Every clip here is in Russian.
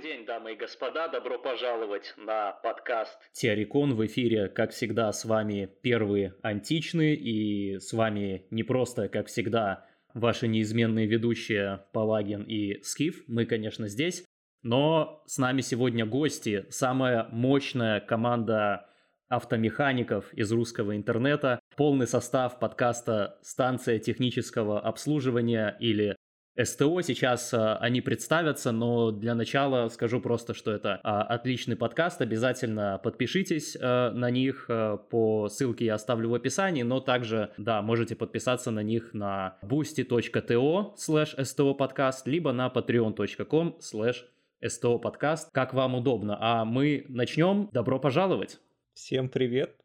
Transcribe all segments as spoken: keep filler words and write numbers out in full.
день, дамы и господа, добро пожаловать на подкаст Теорикон. В эфире, как всегда, с вами первые античные, и с вами не просто, как всегда, ваши неизменные ведущие Палагин и Скиф. Мы, конечно, здесь, но с нами сегодня гости, самая мощная команда автомехаников из русского интернета, полный состав подкаста «Станция технического обслуживания» или СТО. Сейчас а, они представятся, но для начала скажу просто, что это а, отличный подкаст. Обязательно подпишитесь а, на них а, по ссылке я оставлю в описании, но также, да, можете подписаться на них на boosty.to слэш sto подкаст, либо на patreon.com слэш sto подкаст, как вам удобно. А мы начнем. Добро пожаловать! Всем привет!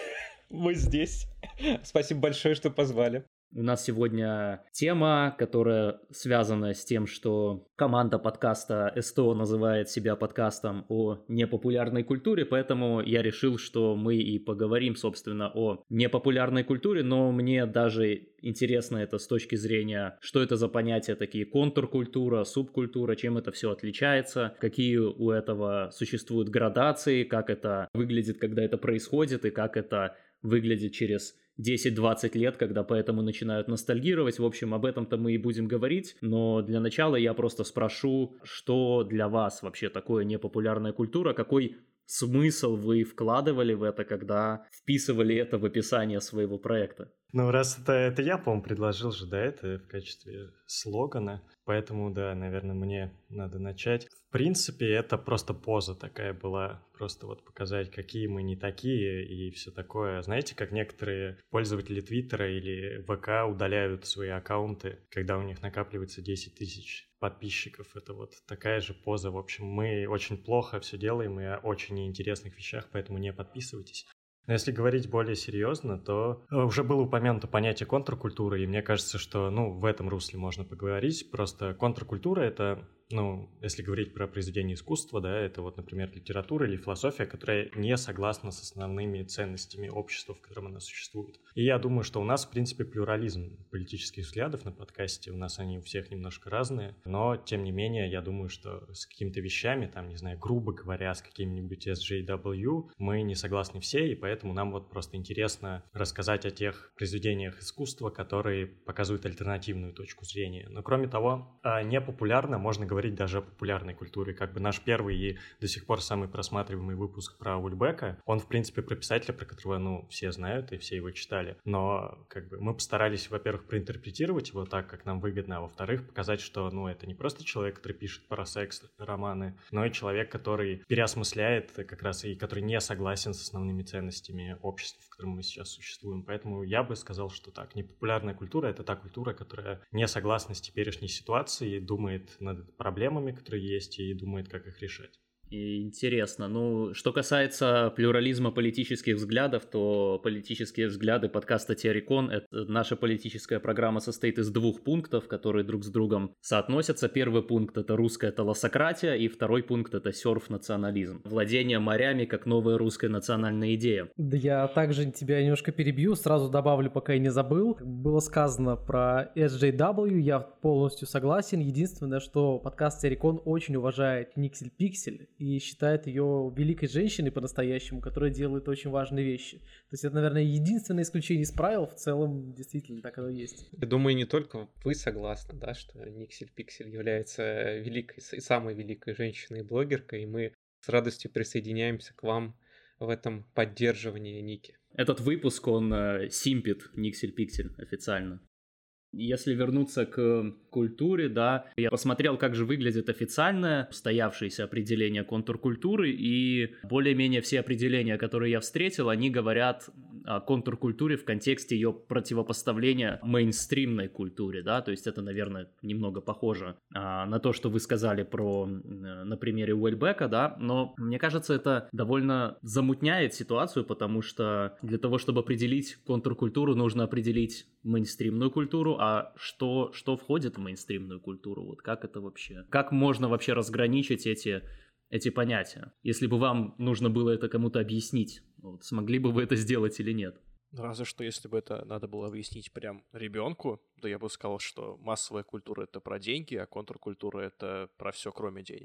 Мы здесь. Спасибо большое, что позвали. У нас сегодня тема, которая связана с тем, что команда подкаста СТО называет себя подкастом о непопулярной культуре, поэтому я решил, что мы и поговорим, собственно, о непопулярной культуре, но мне даже интересно это с точки зрения, что это за понятия такие: контркультура, субкультура, чем это все отличается, какие у этого существуют градации, как это выглядит, когда это происходит, и как это выглядит через десять-двадцать лет, когда поэтому начинают ностальгировать. В общем, об этом-то мы и будем говорить. Но для начала я просто спрошу, что для вас вообще такое непопулярная культура, какой смысл вы вкладывали в это, когда вписывали это в описание своего проекта? Ну, раз это, это я, по-моему, предложил же, да, это в качестве слогана, поэтому, да, наверное, мне надо начать. В принципе, это просто поза такая была, просто вот показать, какие мы не такие и все такое. Знаете, как некоторые пользователи Твиттера или ВК удаляют свои аккаунты, когда у них накапливается десять тысяч подписчиков. Это вот такая же поза. В общем, мы очень плохо все делаем и о очень неинтересных вещах, поэтому не подписывайтесь. Но если говорить более серьезно, то уже было упомянуто понятие контркультуры, и мне кажется, что, ну, в этом русле можно поговорить. Просто контркультура — это, ну, если говорить про произведение искусства, да, это вот, например, литература или философия, которая не согласна с основными ценностями общества, в котором она существует. И я думаю, что у нас, в принципе, плюрализм политических взглядов на подкасте, у нас они у всех немножко разные, но, тем не менее, я думаю, что с какими-то вещами, там, не знаю, грубо говоря, с каким-нибудь эс джей дабл ю мы не согласны все, и поэтому Поэтому нам вот просто интересно рассказать о тех произведениях искусства, которые показывают альтернативную точку зрения. Но кроме того, непопулярно, можно говорить даже о популярной культуре. Как бы наш первый и до сих пор самый просматриваемый выпуск про Ульбека, он, в принципе, про писателя, про которого, ну, все знают и все его читали. Но как бы мы постарались, во-первых, проинтерпретировать его так, как нам выгодно, а во-вторых, показать, что, ну, это не просто человек, который пишет про секс романы, но и человек, который переосмысляет как раз и который не согласен с основными ценностями общества, в котором мы сейчас существуем. Поэтому я бы сказал, что так, непопулярная культура — это та культура, которая не согласна с теперешней ситуацией, думает над проблемами, которые есть, и думает, как их решать. Интересно. Ну, что касается плюрализма политических взглядов, то политические взгляды подкаста Теорикон — это наша политическая программа состоит из двух пунктов, которые друг с другом соотносятся. Первый пункт — это русская толосократия, и второй пункт — это серф-национализм. Владение морями как новая русская национальная идея. Да, я также тебя немножко перебью, сразу добавлю, пока я не забыл. Было сказано про эс джей дабл ю, я полностью согласен. Единственное, что подкаст Теорикон очень уважает Никсель Пиксель и считает ее великой женщиной по-настоящему, которая делает очень важные вещи. То есть это, наверное, единственное исключение из правил. В целом, действительно, так оно и есть. Я думаю, не только вы согласны, да, что Никсель Пиксель является великой, самой великой женщиной-блогеркой, и мы с радостью присоединяемся к вам в этом поддерживании Ники. Этот выпуск, он э, симпит Никсель Пиксель официально. Если вернуться к культуре, да, я посмотрел, как же выглядит официальное устоявшееся определение контркультуры, и более-менее все определения, которые я встретил, они говорят о контркультуре в контексте ее противопоставления мейнстримной культуре, да, то есть это, наверное, немного похоже а, на то, что вы сказали про, на примере Уэльбека, да, но мне кажется, это довольно замутняет ситуацию, потому что для того, чтобы определить контркультуру, нужно определить мейнстримную культуру, а что, что входит в мейнстримную культуру, вот как это вообще, как можно вообще разграничить эти, эти понятия, если бы вам нужно было это кому-то объяснить, вот, смогли бы вы это сделать или нет? Разве что, если бы это надо было объяснить прям ребенку, то я бы сказал, что массовая культура — это про деньги, а контркультура — это про все, кроме денег.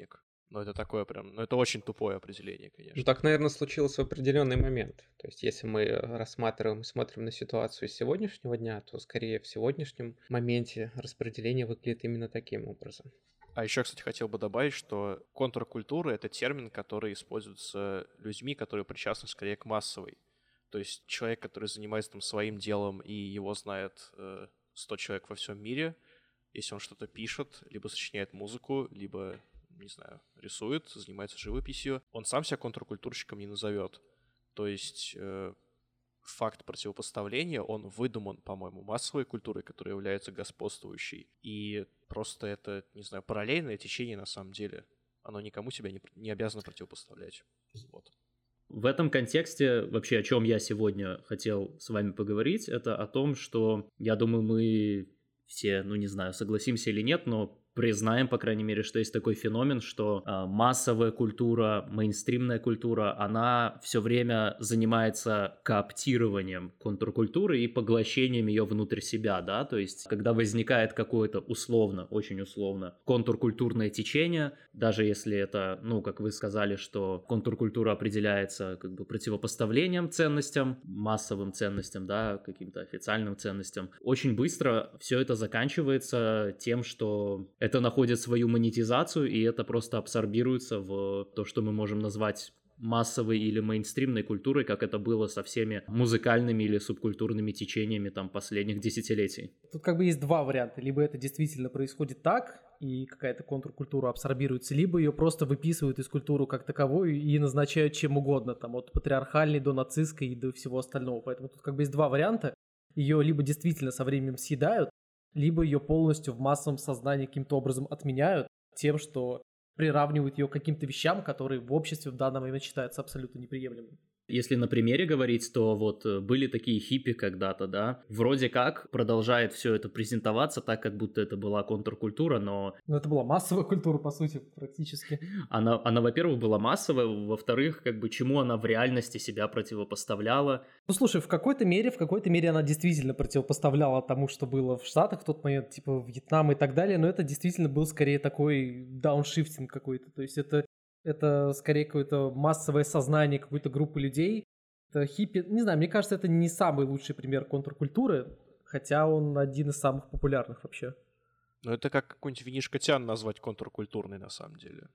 Но это такое прям, ну это очень тупое определение, конечно. Ну так, наверное, случилось в определенный момент. То есть, если мы рассматриваем и смотрим на ситуацию сегодняшнего дня, то скорее в сегодняшнем моменте распределение выглядит именно таким образом. А еще, кстати, хотел бы добавить, что контркультура — это термин, который используется людьми, которые причастны скорее к массовой. То есть человек, который занимается там своим делом, и его знает э, сто человек во всем мире, если он что-то пишет, либо сочиняет музыку, либо, не знаю, рисует, занимается живописью, он сам себя контркультурщиком не назовет. То есть э, факт противопоставления, он выдуман, по-моему, массовой культурой, которая является господствующей. И просто это, не знаю, параллельное течение на самом деле. Оно никому себя не, не обязано противопоставлять. Вот. В этом контексте вообще, о чем я сегодня хотел с вами поговорить, это о том, что, я думаю, мы все, ну не знаю, согласимся или нет, но признаем, по крайней мере, что есть такой феномен, что э, массовая культура, мейнстримная культура, она все время занимается кооптированием контркультуры и поглощением ее внутрь себя, да, то есть когда возникает какое-то условно, очень условно, контркультурное течение, даже если это, ну, как вы сказали, что контркультура определяется как бы противопоставлением ценностям, массовым ценностям, да, каким-то официальным ценностям, очень быстро все это заканчивается тем, что это находит свою монетизацию, и это просто абсорбируется в то, что мы можем назвать массовой или мейнстримной культурой, как это было со всеми музыкальными или субкультурными течениями там последних десятилетий. Тут как бы есть два варианта. Либо это действительно происходит так, и какая-то контркультура абсорбируется, либо ее просто выписывают из культуры как таковой и назначают чем угодно, там от патриархальной до нацистской и до всего остального. Поэтому тут как бы есть два варианта. Ее либо действительно со временем съедают, либо ее полностью в массовом сознании каким-то образом отменяют тем, что приравнивают ее к каким-то вещам, которые в обществе в данный момент считаются абсолютно неприемлемыми. Если на примере говорить, то вот были такие хиппи когда-то, да, вроде как продолжает все это презентоваться так, как будто это была контркультура, но... Ну, это была массовая культура, по сути, практически. Она, она, во-первых, была массовая, во-вторых, как бы чему она в реальности себя противопоставляла. Ну, слушай, в какой-то мере, в какой-то мере она действительно противопоставляла тому, что было в Штатах в тот момент, типа Вьетнам и так далее, но это действительно был скорее такой дауншифтинг какой-то, то есть это... Это скорее какое-то массовое сознание какой-то группы людей. Это хиппи. Не знаю, мне кажется, это не самый лучший пример контркультуры, хотя он один из самых популярных вообще. Ну, это как какой-нибудь винишко тян назвать контркультурной на самом деле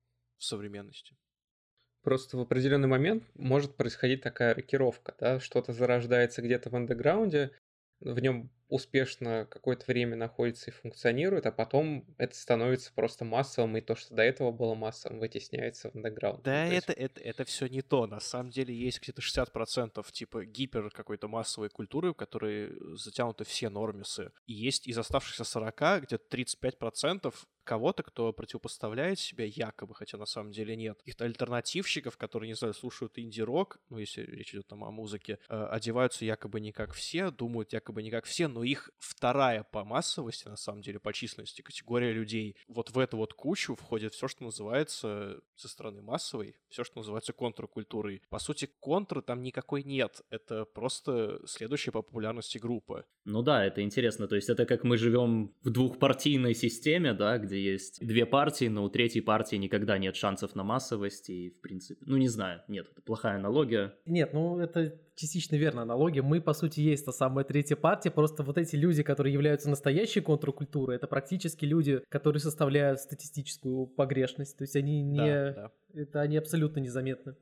в современности. Просто в определенный момент может происходить такая рокировка, да, что-то зарождается где-то в андеграунде, в нем успешно какое-то время находится и функционирует, а потом это становится просто массовым, и то, что до этого было массовым, вытесняется в андеграунд. Да, ну, это, есть... это, это все не то. На самом деле есть где-то шестьдесят процентов типа гипер какой-то массовой культуры, в которой затянуты все нормисы. И есть из оставшихся сорока где-то тридцать пять процентов кого-то, кто противопоставляет себя якобы, хотя на самом деле нет. Каких-то альтернативщиков, которые, не знаю, слушают инди-рок, ну, если речь идет там о музыке, э, одеваются якобы не как все, думают якобы не как все, но их вторая по массовости, на самом деле, по численности категория людей. Вот в эту вот кучу входит все, что называется со стороны массовой, все, что называется контркультурой. По сути, контры там никакой нет. Это просто следующая по популярности группа. Ну да, это интересно. То есть это как мы живем в двухпартийной системе, да, где есть две партии, но у третьей партии никогда нет шансов на массовость, и в принципе, ну не знаю, нет, это плохая аналогия. Нет, ну это частично верная аналогия. Мы, по сути, есть та самая третья партия, просто вот эти люди, которые являются настоящей контркультурой, это практически люди, которые составляют статистическую погрешность, то есть они не... Да, да. Это они абсолютно незаметны.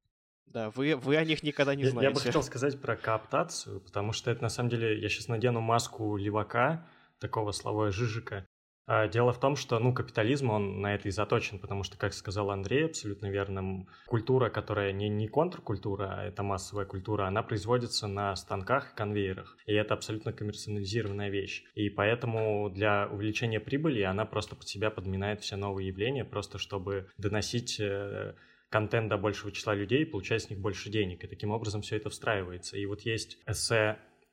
Да, вы, вы о них никогда не я, знаете. Я бы хотел сказать про кооптацию, потому что это на самом деле, я сейчас надену маску левака, такого слова жижика. А дело в том, что ну, капитализм, он на это и заточен, потому что, как сказал Андрей, абсолютно верно, культура, которая не, не контркультура, а это массовая культура, она производится на станках и конвейерах, и это абсолютно коммерциализированная вещь. И поэтому для увеличения прибыли она просто под себя подминает все новые явления, просто чтобы доносить... контент до большего числа людей и получать с них больше денег. И таким образом все это встраивается. И вот есть эссе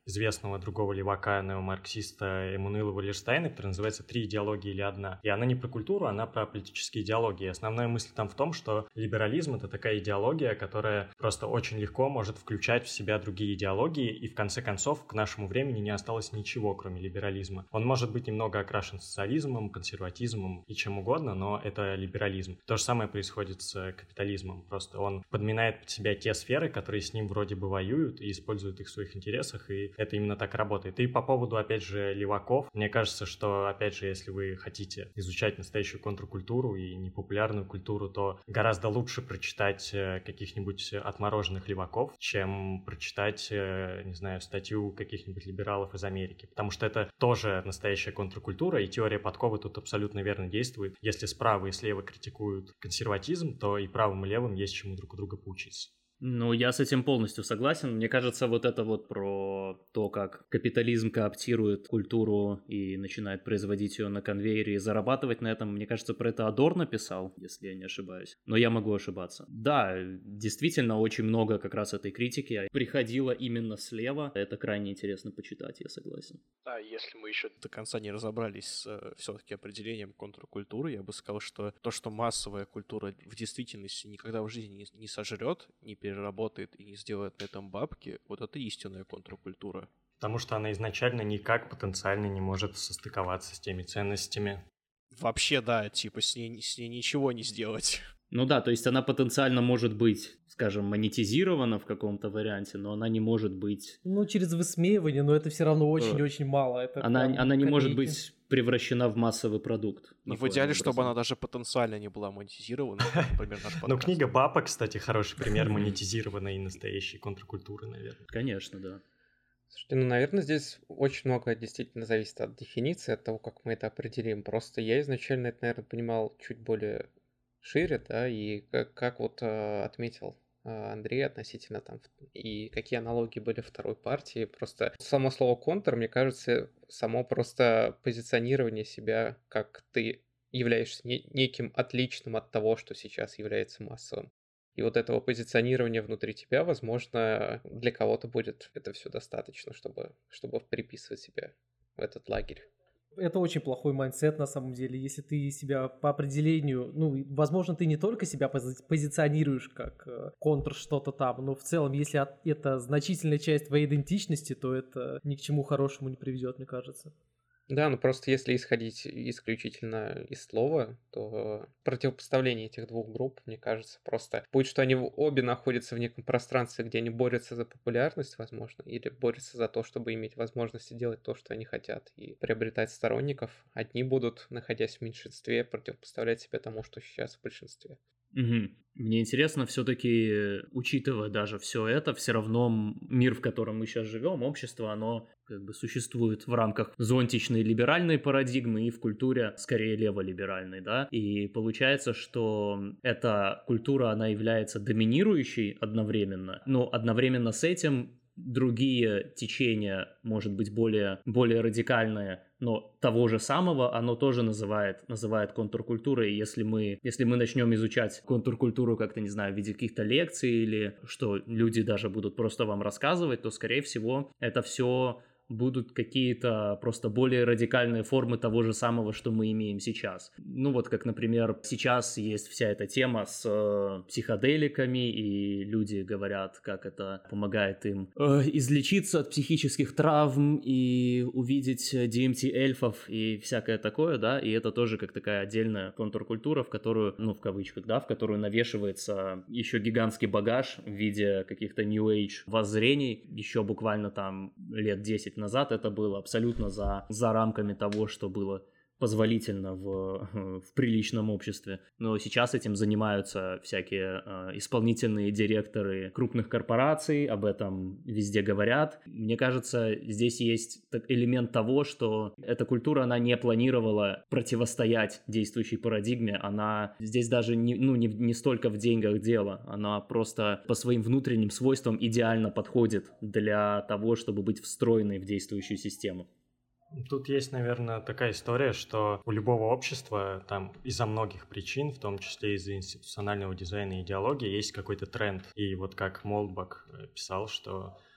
известного другого левака, неомарксиста Эммануила Валlerштейна, которая называется «Три идеологии или одна». И она не про культуру, она про политические идеологии. Основная мысль там в том, что либерализм — это такая идеология, которая просто очень легко может включать в себя другие идеологии, и в конце концов к нашему времени не осталось ничего, кроме либерализма. Он может быть немного окрашен социализмом, консерватизмом и чем угодно, но это либерализм. То же самое происходит с капитализмом. Просто он подминает под себя те сферы, которые с ним вроде бы воюют, и используют их в своих интересах, и это именно так работает. И по поводу, опять же, леваков, мне кажется, что, опять же, если вы хотите изучать настоящую контркультуру и непопулярную культуру, то гораздо лучше прочитать каких-нибудь отмороженных леваков, чем прочитать, не знаю, статью каких-нибудь либералов из Америки. Потому что это тоже настоящая контркультура, и теория подковы тут абсолютно верно действует. Если справа и слева критикуют консерватизм, то и правым и левым есть чему друг у друга поучиться. Ну, я с этим полностью согласен. Мне кажется, вот это вот про то, как капитализм кооптирует культуру и начинает производить ее на конвейере и зарабатывать на этом, мне кажется, про это Адорно писал, если я не ошибаюсь. Но я могу ошибаться. Да, действительно, очень много как раз этой критики приходило именно слева. Это крайне интересно почитать, я согласен. Да, если мы еще до конца не разобрались с э, все-таки определением контркультуры, я бы сказал, что то, что массовая культура в действительности никогда в жизни не, не сожрет, не переработает и не сделает на этом бабки, вот это истинная контркультура. Потому что она изначально никак потенциально не может состыковаться с теми ценностями. Вообще, да, типа с ней, с ней ничего не сделать. Ну да, то есть она потенциально может быть, скажем, монетизирована в каком-то варианте, но она не может быть... Ну, через высмеивание, но это все равно очень-очень мало. Это она, она не копейки. Может быть превращена в массовый продукт. И в идеале, чтобы она даже потенциально не была монетизирована, например, наш подкаст. Ну, книга Папа, кстати, хороший пример монетизированной и настоящей контркультуры, наверное. Конечно, да. Слушайте, ну, наверное, здесь очень много действительно зависит от дефиниции, от того, как мы это определим. Просто я изначально это, наверное, понимал чуть более шире, да, и как, как вот э, отметил э, Андрей относительно там, и какие аналогии были второй партии. Просто само слово «контр», мне кажется, само просто позиционирование себя, как ты являешься не, неким отличным от того, что сейчас является массовым. И вот этого позиционирования внутри тебя, возможно, для кого-то будет это все достаточно, чтобы, чтобы приписывать себя в этот лагерь. Это очень плохой майндсет на самом деле. Если ты себя по определению, ну, возможно, ты не только себя пози- позиционируешь как э, контр что-то там, но в целом, если от- это значительная часть твоей идентичности, то это ни к чему хорошему не приведет, мне кажется. Да, ну просто если исходить исключительно из слова, то противопоставление этих двух групп, мне кажется, просто будет, что они обе находятся в неком пространстве, где они борются за популярность, возможно, или борются за то, чтобы иметь возможность делать то, что они хотят, и приобретать сторонников. Одни будут, находясь в меньшинстве, противопоставлять себя тому, что сейчас в большинстве. Угу. Мне интересно, все-таки, учитывая даже все это, все равно мир, в котором мы сейчас живем, общество, оно как бы существует в рамках зонтичной либеральной парадигмы и в культуре скорее леволиберальной, да, и получается, что эта культура, она является доминирующей одновременно, но одновременно с этим другие течения, может быть, более, более радикальные, но того же самого оно тоже называет, называет контркультурой. И если мы, если мы начнем изучать контркультуру как-то, не знаю, в виде каких-то лекций или что люди даже будут просто вам рассказывать, то, скорее всего, это все будут какие-то просто более радикальные формы того же самого, что мы имеем сейчас. Ну вот как, например, сейчас есть вся эта тема с э, психоделиками, и люди говорят, как это помогает им э, излечиться от психических травм и увидеть ди эм ти-эльфов и всякое такое, да, и это тоже как такая отдельная контркультура, в которую, ну в кавычках, да, в которую навешивается еще гигантский багаж в виде каких-то New Age воззрений, еще буквально там лет десять назад это было абсолютно за, за рамками того, что было позволительно в, в приличном обществе. Но сейчас этим занимаются всякие э, исполнительные директоры крупных корпораций, об этом везде говорят. Мне кажется, здесь есть элемент того, что эта культура, она не планировала противостоять действующей парадигме, она здесь даже не, ну, не, не столько в деньгах дело, она просто по своим внутренним свойствам идеально подходит для того, чтобы быть встроенной в действующую систему. Тут есть, наверное, такая история, что у любого общества там из-за многих причин, в том числе из-за институционального дизайна и идеологии, есть какой-то тренд. И вот как Молдбак писал, что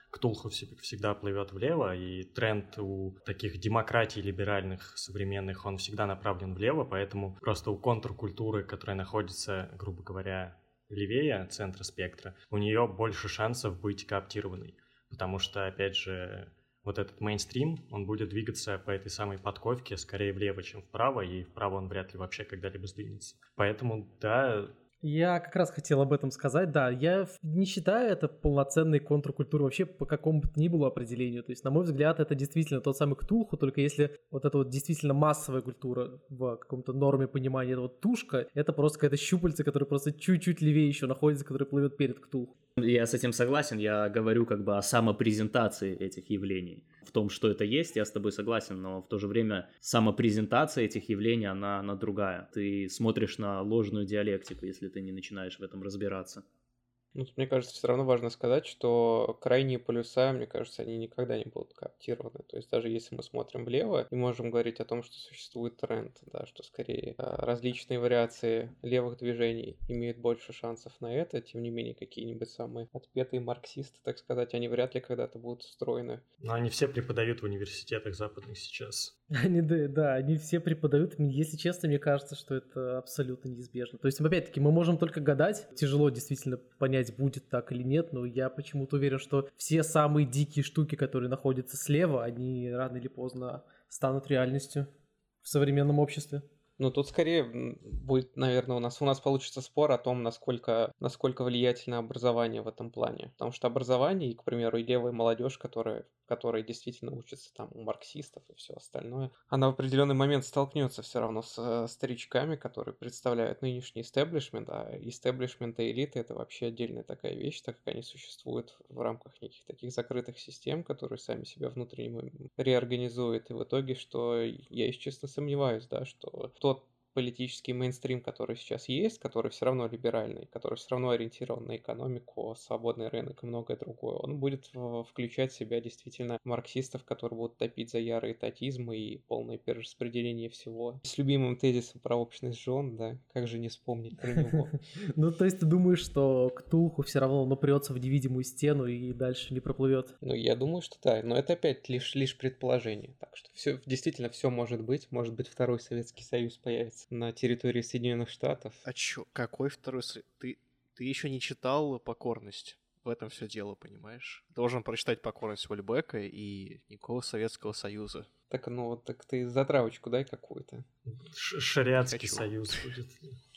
Ктулху всегда плывет влево, и тренд у таких демократий либеральных современных, он всегда направлен влево, поэтому просто у контркультуры, которая находится, грубо говоря, левее центра спектра, у нее больше шансов быть кооптированной, потому что, опять же, вот этот мейнстрим, он будет двигаться по этой самой подковке скорее влево, чем вправо, и вправо он вряд ли вообще когда-либо сдвинется. Поэтому, да... Я как раз хотел об этом сказать, да, я не считаю это полноценной контркультурой вообще по какому бы то ни было определению, то есть, на мой взгляд, это действительно тот самый Ктулху, только если вот эта вот действительно массовая культура в каком-то норме понимания, это вот тушка, это просто какая-то щупальца, которая просто чуть-чуть левее еще находится, которая плывет перед Ктулху. Я с этим согласен, я говорю как бы о самопрезентации этих явлений. В том, что это есть, я с тобой согласен, но в то же время самопрезентация этих явлений, она, она другая. Ты смотришь на ложную диалектику, если ты не начинаешь в этом разбираться. Ну, мне кажется, все равно важно сказать, что крайние полюса, мне кажется, они никогда не будут кооптированы. То есть даже если мы смотрим влево и можем говорить о том, что существует тренд, да, что скорее различные вариации левых движений имеют больше шансов на это, тем не менее какие-нибудь самые отпетые марксисты, так сказать, они вряд ли когда-то будут встроены. Но они все преподают в университетах западных сейчас. Они, да, да, они все преподают. Если честно, мне кажется, что это абсолютно неизбежно. То есть, опять-таки, мы можем только гадать. Тяжело действительно понять, будет так или нет, но я почему-то уверен, что все самые дикие штуки, которые находятся слева, они рано или поздно станут реальностью в современном обществе. Ну, тут скорее будет, наверное, у нас у нас получится спор о том, насколько, насколько влиятельно образование в этом плане. Потому что образование, и, к примеру, и левая молодежь, которая, которая действительно учится там у марксистов и все остальное, она в определенный момент столкнется все равно с э, старичками, которые представляют нынешний истеблишмент, а истеблишмент и элиты — это вообще отдельная такая вещь, так как они существуют в рамках неких таких закрытых систем, которые сами себя внутренне реорганизуют. И в итоге, что я, если честно, сомневаюсь, да, что тот политический мейнстрим, который сейчас есть, который все равно либеральный, который все равно ориентирован на экономику, свободный рынок и многое другое, он будет включать в себя действительно марксистов, которые будут топить за ярый этатизм и полное перераспределение всего. С любимым тезисом про общность жен, да, как же не вспомнить про него. Ну, то есть ты думаешь, что Ктулху все равно напрется в невидимую стену и дальше не проплывет? Ну, я думаю, что да, но это опять лишь, лишь предположение, так что все, действительно все может быть, может быть второй Советский Союз появится на территории Соединенных Штатов. А чё, какой второй... Ты, ты еще не читал «Покорность». В этом все дело, понимаешь? Должен прочитать «Покорность» Уэльбека и никакого Советского Союза. Так, ну вот, так ты затравочку дай какую-то. Ш- Шариатский союз будет.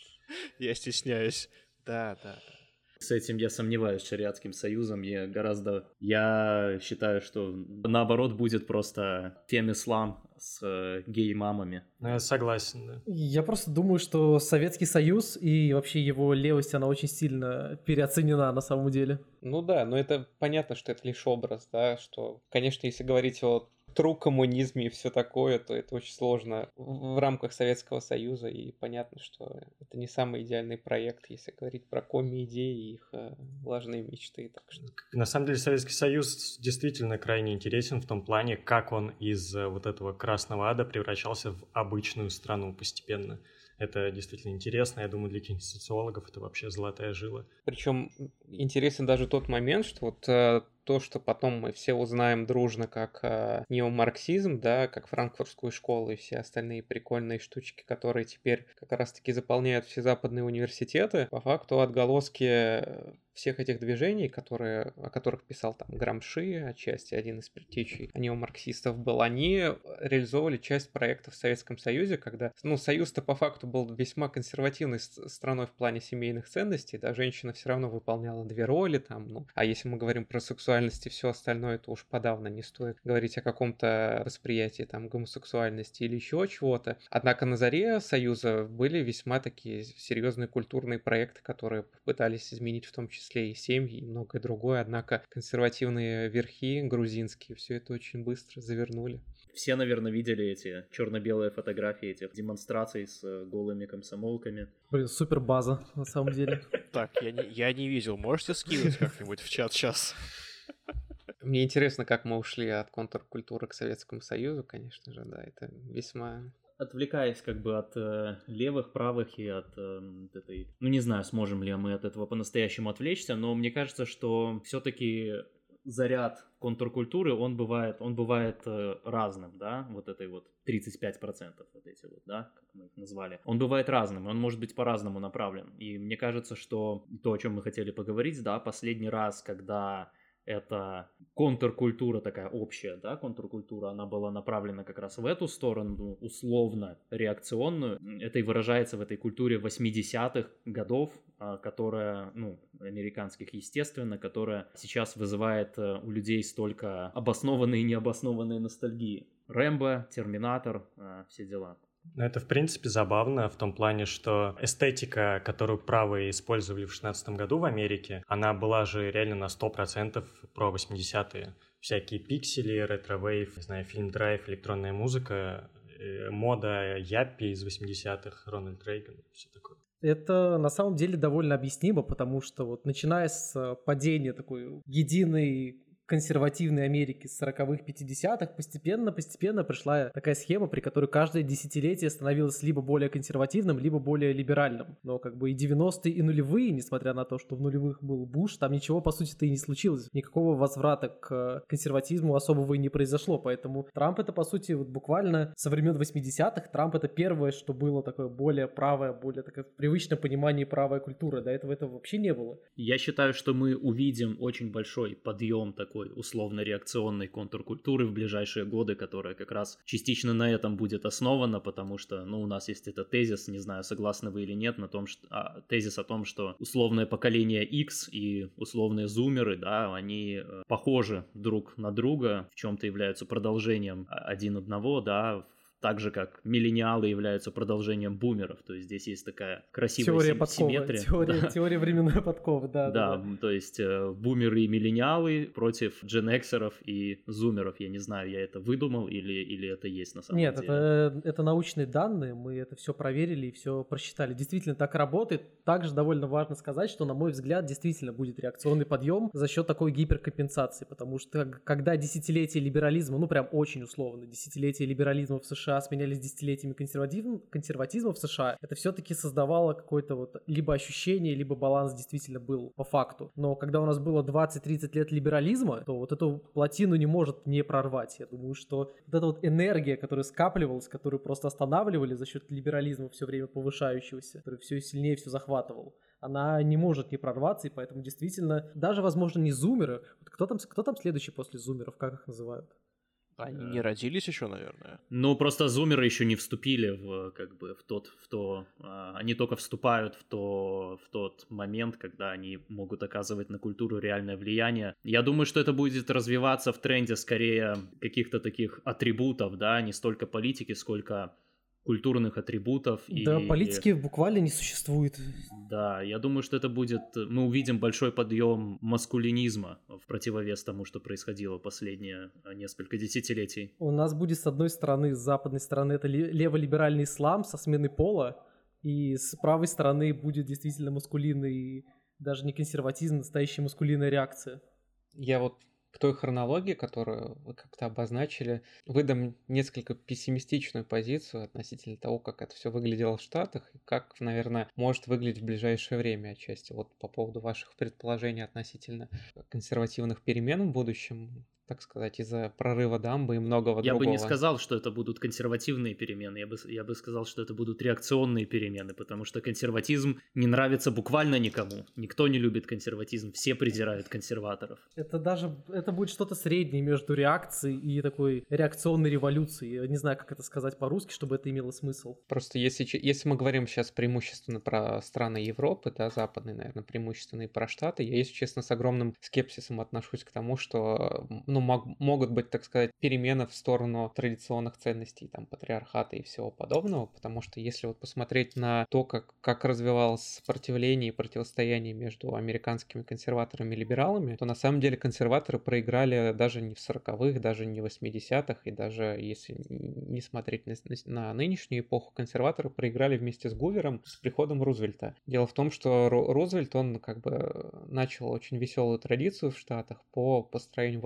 Я стесняюсь. Да, да, да. С этим я сомневаюсь, шариатским союзом. Я гораздо... Я считаю, что наоборот будет просто фем-ислам с э, гей-мамами. Ну, я согласен, да. Я просто думаю, что Советский Союз и вообще его левость, она очень сильно переоценена на самом деле. Ну да, но это понятно, что это лишь образ, да, что, конечно, если говорить о тру коммунизме и все такое, то это очень сложно в рамках Советского Союза, и понятно, что это не самый идеальный проект, если говорить про коми-идеи и их э, влажные мечты. Так что... На самом деле Советский Союз действительно крайне интересен в том плане, как он из вот этого красного ада превращался в обычную страну постепенно. Это действительно интересно, я думаю, для каких-нибудь социологов это вообще золотая жила. Причем интересен даже тот момент, что вот э, то, что потом мы все узнаем дружно как э, неомарксизм, да, как франкфуртскую школу и все остальные прикольные штучки, которые теперь как раз-таки заполняют все западные университеты, по факту отголоски всех этих движений, которые, о которых писал там Грамши, отчасти один из предтечей неомарксистов был, они реализовывали часть проектов в Советском Союзе, когда, ну, Союз-то по факту был весьма консервативной страной в плане семейных ценностей, да, женщина все равно выполняла две роли, там, ну, а если мы говорим про сексуальность и все остальное, то уж подавно не стоит говорить о каком-то восприятии там гомосексуальности или еще чего-то. Однако на заре Союза были весьма такие серьезные культурные проекты, которые пытались изменить в том числе и семьи, и многое другое, однако консервативные верхи грузинские все это очень быстро завернули. Все, наверное, видели эти черно-белые фотографии этих демонстраций с голыми комсомолками. Блин, супер база, на самом деле. Так, я не, я не видел. Можете скинуть как-нибудь в чат сейчас? Мне интересно, как мы ушли от контркультуры к Советскому Союзу, конечно же, да, это весьма... Отвлекаясь как бы от э, левых, правых и от э, этой... Ну, не знаю, сможем ли мы от этого по-настоящему отвлечься, но мне кажется, что все-таки заряд контркультуры, он бывает, он бывает э, разным, да, вот этой вот тридцать пять процентов вот эти вот, да, как мы их назвали. Он бывает разным, он может быть по-разному направлен. И мне кажется, что то, о чем мы хотели поговорить, да, последний раз, когда эта контркультура такая общая, да, контркультура, она была направлена как раз в эту сторону, условно реакционную. Это и выражается в этой культуре восьмидесятых годов, которая, ну, американских, естественно, которая сейчас вызывает у людей столько обоснованной и необоснованной ностальгии. Рэмбо, Терминатор, все дела. Ну, это, в принципе, забавно в том плане, что эстетика, которую правые использовали в шестнадцатом году в Америке, она была же реально на сто процентов про восьмидесятые. Всякие пиксели, ретро-вейв, не знаю, фильм «Драйв», электронная музыка, мода яппи из восьмидесятых, Рональд Рейган, все такое. Это на самом деле довольно объяснимо, потому что вот начиная с падения такой единой консервативной Америки с сороковых, пятидесятых постепенно-постепенно пришла такая схема, при которой каждое десятилетие становилось либо более консервативным, либо более либеральным. Но как бы и девяностые, и нулевые, несмотря на то, что в нулевых был Буш, там ничего по сути-то и не случилось. Никакого возврата к консерватизму особого и не произошло. Поэтому Трамп это по сути вот буквально со времен восьмидесятых Трамп это первое, что было такое более правое, более такое привычное понимание правой культуры. До этого этого вообще не было. Я считаю, что мы увидим очень большой подъем такой условно-реакционной контркультуры в ближайшие годы, которая как раз частично на этом будет основана, потому что, ну, у нас есть этот тезис, не знаю, согласны вы или нет, на том, что, а, тезис о том, что условное поколение X и условные зумеры, да, они э, похожи друг на друга, в чем-то являются продолжением один одного, да, так же, как миллениалы являются продолжением бумеров. То есть здесь есть такая красивая теория сим- подковы, симметрия. Теория, да. теория временной подковы, да. Да, да, да. то есть э, бумеры и миллениалы против джен-эксеров и зумеров. Я не знаю, я это выдумал или, или это есть на самом Нет, деле. Нет, это, это научные данные, мы это все проверили и все просчитали. Действительно так работает. Также довольно важно сказать, что, на мой взгляд, действительно будет реакционный подъем за счет такой гиперкомпенсации, потому что когда десятилетия либерализма, ну прям очень условно, десятилетия либерализма в США сменялись десятилетиями консерватизма, консерватизма в США, это все-таки создавало какое-то вот либо ощущение, либо баланс действительно был по факту. Но когда у нас было двадцать-тридцать лет либерализма, то вот эту плотину не может не прорвать. Я думаю, что вот эта вот энергия, которая скапливалась, которую просто останавливали за счет либерализма все время повышающегося, который все сильнее все захватывал, она не может не прорваться, и поэтому действительно, даже, возможно, не зумеры. Кто там, кто там следующий после зумеров, как их называют? Они не родились еще, наверное. Ну, просто зумеры еще не вступили в, как бы, в тот, в то, а, они только вступают в, то, в тот момент, когда они могут оказывать на культуру реальное влияние. Я думаю, что это будет развиваться в тренде скорее каких-то таких атрибутов, да, не столько политики, сколько культурных атрибутов. Да, и... политики буквально не существует. Да, я думаю, что это будет... Мы увидим большой подъем маскулинизма в противовес тому, что происходило последние несколько десятилетий. У нас будет с одной стороны, с западной стороны, это леволиберальный ислам со сменой пола, и с правой стороны будет действительно маскулинный, даже не консерватизм, настоящая маскулинная реакция. Я вот в той хронологии, которую вы как-то обозначили, выдам несколько пессимистичную позицию относительно того, как это все выглядело в Штатах и как, наверное, может выглядеть в ближайшее время отчасти. Вот по поводу ваших предположений относительно консервативных перемен в будущем, так сказать, из-за прорыва дамбы и многого я другого. Я бы не сказал, что это будут консервативные перемены, я бы, я бы сказал, что это будут реакционные перемены, потому что консерватизм не нравится буквально никому. Никто не любит консерватизм, все презирают консерваторов. Это даже, это будет что-то среднее между реакцией и такой реакционной революцией. Я не знаю, как это сказать по-русски, чтобы это имело смысл. Просто если, если мы говорим сейчас преимущественно про страны Европы, да, западные, наверное, преимущественно и про Штаты, я, если честно, с огромным скепсисом отношусь к тому, что, ну, могут быть, так сказать, перемены в сторону традиционных ценностей, там, патриархата и всего подобного, потому что если вот посмотреть на то, как, как развивалось сопротивление и противостояние между американскими консерваторами и либералами, то на самом деле консерваторы проиграли даже не в сороковых, даже не в восьмидесятых, и даже если не смотреть на, на нынешнюю эпоху, консерваторы проиграли вместе с Гувером с приходом Рузвельта. Дело в том, что Рузвельт, он как бы начал очень веселую традицию в Штатах по построению welfare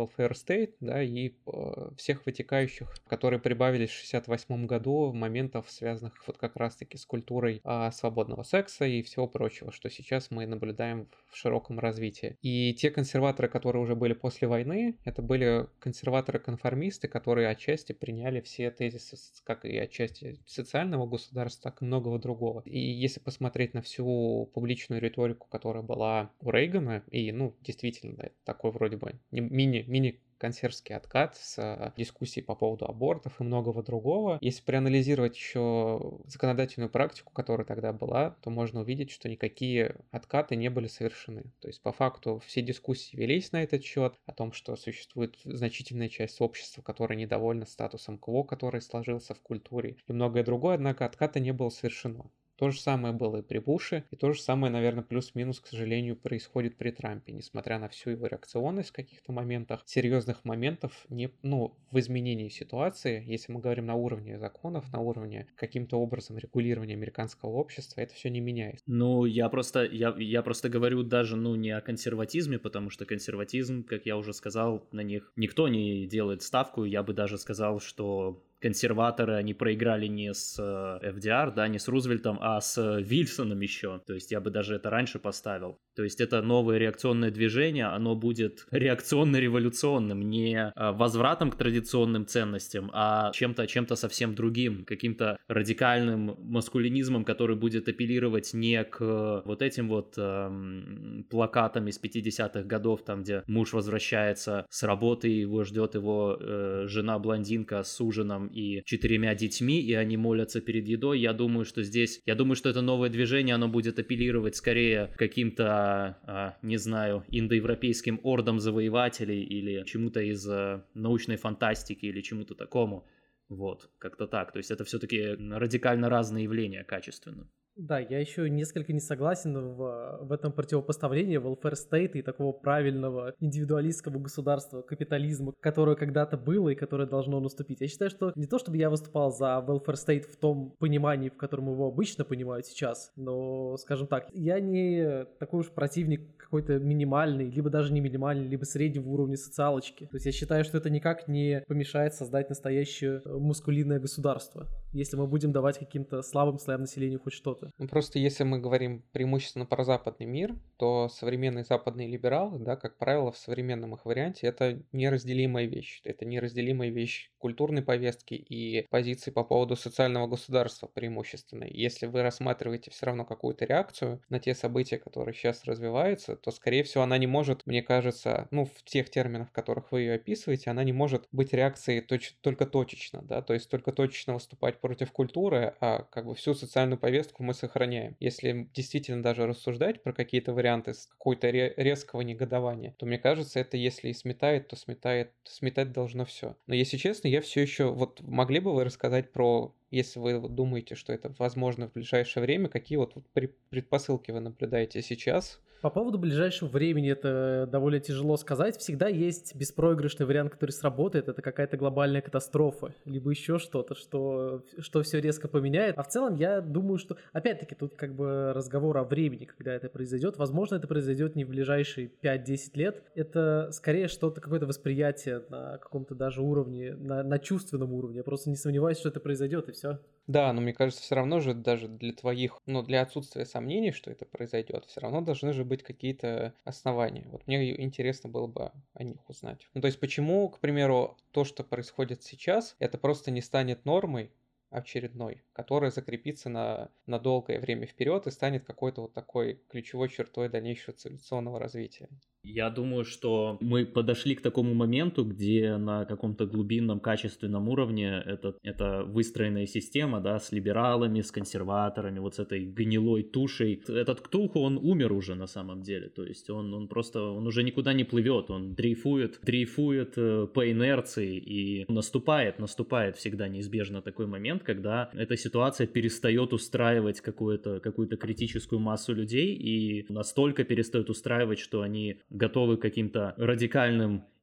State, да, и всех вытекающих, которые прибавились в шестьдесят восьмом году, моментов, связанных вот как раз-таки с культурой а, свободного секса и всего прочего, что сейчас мы наблюдаем в широком развитии. И те консерваторы, которые уже были после войны, это были консерваторы-конформисты, которые отчасти приняли все тезисы, как и отчасти социального государства, так и многого другого. И если посмотреть на всю публичную риторику, которая была у Рейгана, и, ну, действительно, да, такой вроде бы мини, мини консервский откат с дискуссией по поводу абортов и многого другого. Если проанализировать еще законодательную практику, которая тогда была, то можно увидеть, что никакие откаты не были совершены. То есть по факту все дискуссии велись на этот счет, о том, что существует значительная часть общества, которая недовольна статусом кво, который сложился в культуре, и многое другое, однако отката не было совершено. То же самое было и при Буше, и то же самое, наверное, плюс-минус, к сожалению, происходит при Трампе. Несмотря на всю его реакционность в каких-то моментах, серьезных моментов не, ну, в изменении ситуации, если мы говорим на уровне законов, на уровне каким-то образом регулирования американского общества, это все не меняется. Ну, я просто, я, я просто говорю даже, ну, не о консерватизме, потому что консерватизм, как я уже сказал, на них никто не делает ставку. Я бы даже сказал, что консерваторы, они проиграли не с эф ди ар, да, не с Рузвельтом, а с Вильсоном еще. То есть я бы даже это раньше поставил. То есть это новое реакционное движение, оно будет реакционно-революционным, не возвратом к традиционным ценностям, а чем-то, чем-то совсем другим, каким-то радикальным маскулинизмом, который будет апеллировать не к вот этим вот эм, плакатам из пятидесятых годов, там, где муж возвращается с работы, его ждет его э, жена-блондинка с ужином и четырьмя детьми, и они молятся перед едой. Я думаю, что здесь, я думаю, что это новое движение, оно будет апеллировать скорее каким-то, а, не знаю, индоевропейским ордам завоевателей или чему-то из а, научной фантастики или чему-то такому. Вот, как-то так. То есть это все-таки радикально разные явления качественно. Да, я еще несколько не согласен в, в этом противопоставлении welfare state и такого правильного индивидуалистского государства, капитализма, которое когда-то было и которое должно наступить. Я считаю, что не то, чтобы я выступал за welfare state в том понимании, в котором его обычно понимают сейчас, но, скажем так, я не такой уж противник какой-то минимальный, либо даже не минимальный, либо среднего уровня социалочки. То есть я считаю, что это никак не помешает создать настоящее мускулинное государство, если мы будем давать каким-то слабым слоям населения хоть что-то. Ну, просто если мы говорим преимущественно про западный мир, то современные западные либералы, да, как правило, в современном их варианте это неразделимая вещь. Это неразделимая вещь культурной повестки и позиции по поводу социального государства преимущественно. Если вы рассматриваете все равно какую-то реакцию на те события, которые сейчас развиваются, то, скорее всего, она не может, мне кажется, ну, в тех терминах, в которых вы ее описываете, она не может быть реакцией точ- только точечно, да, то есть только точечно выступать против культуры, а как бы всю социальную повестку мы сохраняем. Если действительно даже рассуждать про какие-то варианты с какой-то резкого негодования, то мне кажется, это если и сметает, то сметает, сметать должно все. Но если честно, я все еще, вот могли бы вы рассказать про, если вы думаете, что это возможно в ближайшее время, какие вот предпосылки вы наблюдаете сейчас? По поводу ближайшего времени это довольно тяжело сказать. Всегда есть беспроигрышный вариант, который сработает. Это какая-то глобальная катастрофа, либо еще что-то, что, что все резко поменяет. А в целом я думаю, что, опять-таки, тут как бы разговор о времени, когда это произойдет. Возможно, это произойдет не в ближайшие пять-десять лет. Это скорее что-то, какое-то восприятие на каком-то даже уровне, на, на чувственном уровне. Я просто не сомневаюсь, что это произойдет, и все. Да, но мне кажется, все равно же даже для твоих, ну, для отсутствия сомнений, что это произойдет, все равно должны же быть какие-то основания. Вот мне интересно было бы о них узнать. Ну, то есть почему, к примеру, то, что происходит сейчас, это просто не станет нормой очередной, которая закрепится на, на долгое время вперед и станет какой-то вот такой ключевой чертой дальнейшего цивилизационного развития. Я думаю, что мы подошли к такому моменту, где на каком-то глубинном качественном уровне это, это выстроенная система, да, с либералами, с консерваторами, вот с этой гнилой тушей. Этот Ктулху, он умер уже на самом деле, то есть он, он просто, он уже никуда не плывет, он дрейфует, дрейфует по инерции и наступает, наступает всегда неизбежно такой момент, когда эта ситуация перестает устраивать какую-то, какую-то критическую массу людей и настолько перестает устраивать, что они готовы к каким-то радикальным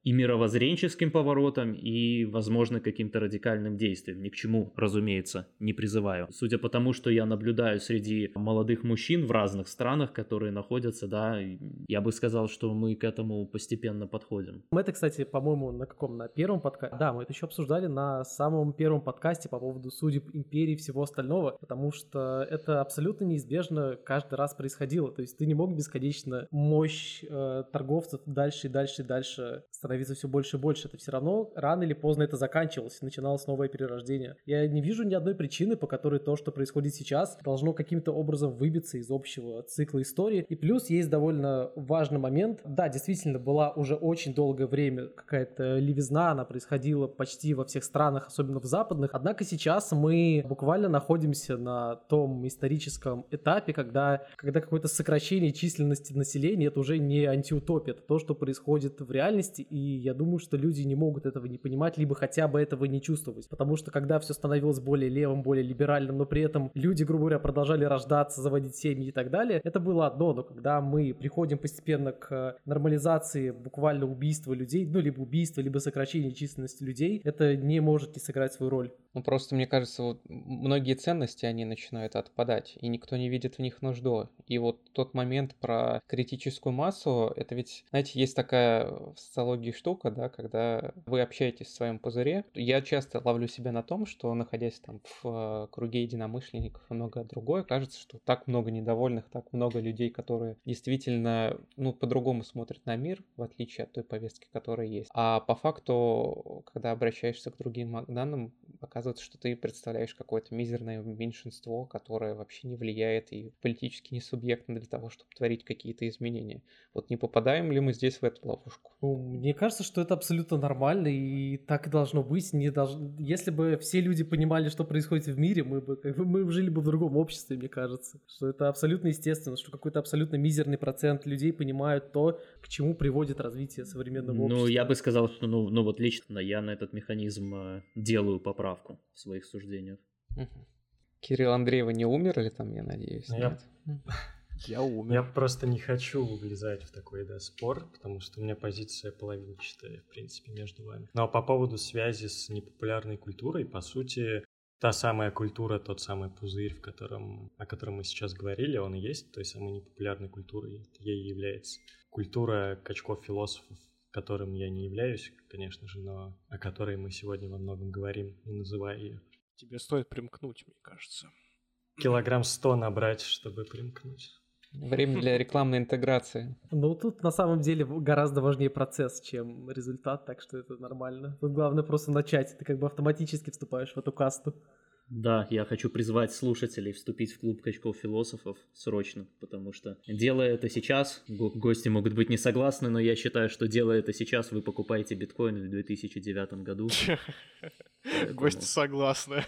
и мировоззренческим поворотом, и, возможно, каким-то радикальным действием. Ни к чему, разумеется, не призываю. Судя по тому, что я наблюдаю среди молодых мужчин в разных странах, которые находятся, да, я бы сказал, что мы к этому постепенно подходим. Мы это, кстати, по-моему, на каком? На первом подкасте? Да, мы это еще обсуждали на самом первом подкасте по поводу судеб империи и всего остального, потому что это абсолютно неизбежно каждый раз происходило. То есть ты не мог бесконечно мощь э, торговцев дальше и дальше и дальше становиться все больше и больше. Это все равно рано или поздно это заканчивалось, начиналось новое перерождение. Я не вижу ни одной причины, по которой то, что происходит сейчас, должно каким-то образом выбиться из общего цикла истории. И плюс есть довольно важный момент. Да, действительно, была уже очень долгое время какая-то левизна, она происходила почти во всех странах, особенно в западных. Однако сейчас мы буквально находимся на том историческом этапе, когда, когда какое-то сокращение численности населения — это уже не антиутопия, это то, что происходит в реальности, и я думаю, что люди не могут этого не понимать, либо хотя бы этого не чувствовать. Потому что когда все становилось более левым, более либеральным, но при этом люди, грубо говоря, продолжали рождаться, заводить семьи и так далее, это было одно. Но когда мы приходим постепенно к нормализации буквально убийства людей, ну, либо убийства, либо сокращения численности людей, это не может не сыграть свою роль. Ну, просто, мне кажется, вот многие ценности, они начинают отпадать, и никто не видит в них нужду. И вот тот момент про критическую массу, это ведь, знаете, есть такая в социологии штука, да, когда вы общаетесь в своем пузыре. Я часто ловлю себя на том, что, находясь там в круге единомышленников и многое другое, кажется, что так много недовольных, так много людей, которые действительно, ну, по-другому смотрят на мир, в отличие от той повестки, которая есть. А по факту, когда обращаешься к другим данным, оказывается, что ты представляешь какое-то мизерное меньшинство, которое вообще не влияет и политически не субъектно для того, чтобы творить какие-то изменения. Вот не попадаем ли мы здесь в эту ловушку? Ну, мне кажется, что это абсолютно нормально, и так и должно быть. Не долж... Если бы все люди понимали, что происходит в мире, мы бы, как бы мы жили бы в другом обществе, мне кажется. Что это абсолютно естественно, что какой-то абсолютно мизерный процент людей понимают то, к чему приводит развитие современного ну, общества. Ну, я бы сказал, что ну, ну вот лично я на этот механизм э, делаю поправку в своих суждениях. Угу. Кирилл Андреева не умер или там, я надеюсь? Ну, нет? Я... Я умер. Я просто не хочу влезать в такой, да, спор, потому что у меня позиция половинчатая, в принципе, между вами. Но по поводу связи с непопулярной культурой, по сути, та самая культура, тот самый пузырь, в котором, о котором мы сейчас говорили, он и есть той самой непопулярной культурой, ей является культура качков-философов, которым я не являюсь, конечно же, но о которой мы сегодня во многом говорим, не называя ее. Тебе стоит примкнуть, мне кажется. Килограмм сто набрать, чтобы примкнуть. Время для рекламной интеграции. Ну, тут на самом деле гораздо важнее процесс, чем результат, так что это нормально. Тут главное просто начать, ты как бы автоматически вступаешь в эту касту. Да, я хочу призвать слушателей вступить в клуб качков-философов срочно, потому что делая это сейчас, го- гости могут быть не согласны, но я считаю, что делая это сейчас, вы покупаете биткоин в две тысячи девятом году. Гости согласны.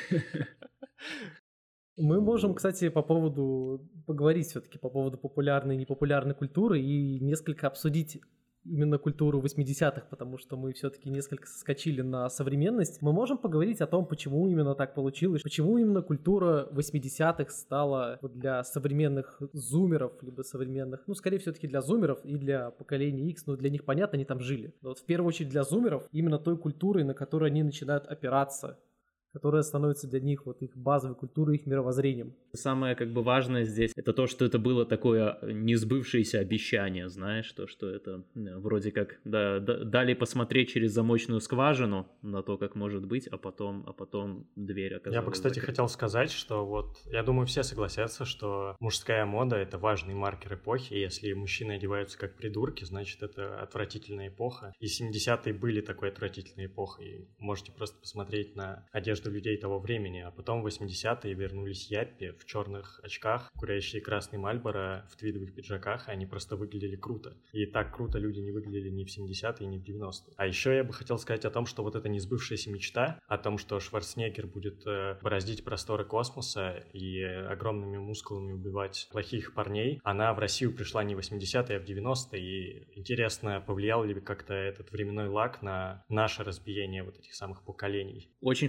Мы можем, кстати, по поводу поговорить все-таки по поводу популярной и непопулярной культуры и несколько обсудить именно культуру восьмидесятых, потому что мы все-таки несколько соскочили на современность. Мы можем поговорить о том, почему именно так получилось, почему именно культура восьмидесятых стала для современных зумеров, либо современных, ну, скорее все-таки для зумеров и для поколения X, но для них понятно, они там жили. Но вот в первую очередь для зумеров именно той культурой, на которую они начинают опираться, которая становится для них вот их базовой культурой, их мировоззрением. Самое как бы важное здесь это то, что это было такое несбывшееся обещание, знаешь, то, что это вроде как да, да, дали посмотреть через замочную скважину на то, как может быть, а потом, а потом дверь оказалась Я бы, кстати, закрыта. хотел сказать, что вот, я думаю, все согласятся, что мужская мода — это важный маркер эпохи, и если мужчины одеваются как придурки, значит, это отвратительная эпоха. И семидесятые были такой отвратительной эпохой. Можете просто посмотреть на одежду людей того времени, а потом в восьмидесятые вернулись яппи в черных очках, курящие красный Мальборо в твидовых пиджаках, и они просто выглядели круто. И так круто люди не выглядели ни в семидесятые, ни в девяностые. А еще я бы хотел сказать о том, что вот эта несбывшаяся мечта, о том, что Шварценеггер будет э, бороздить просторы космоса и э, огромными мускулами убивать плохих парней, она в Россию пришла не в восьмидесятые, а в девяностые, и интересно, повлиял ли как-то этот временной лаг на наше разбиение вот этих самых поколений. Очень хорошее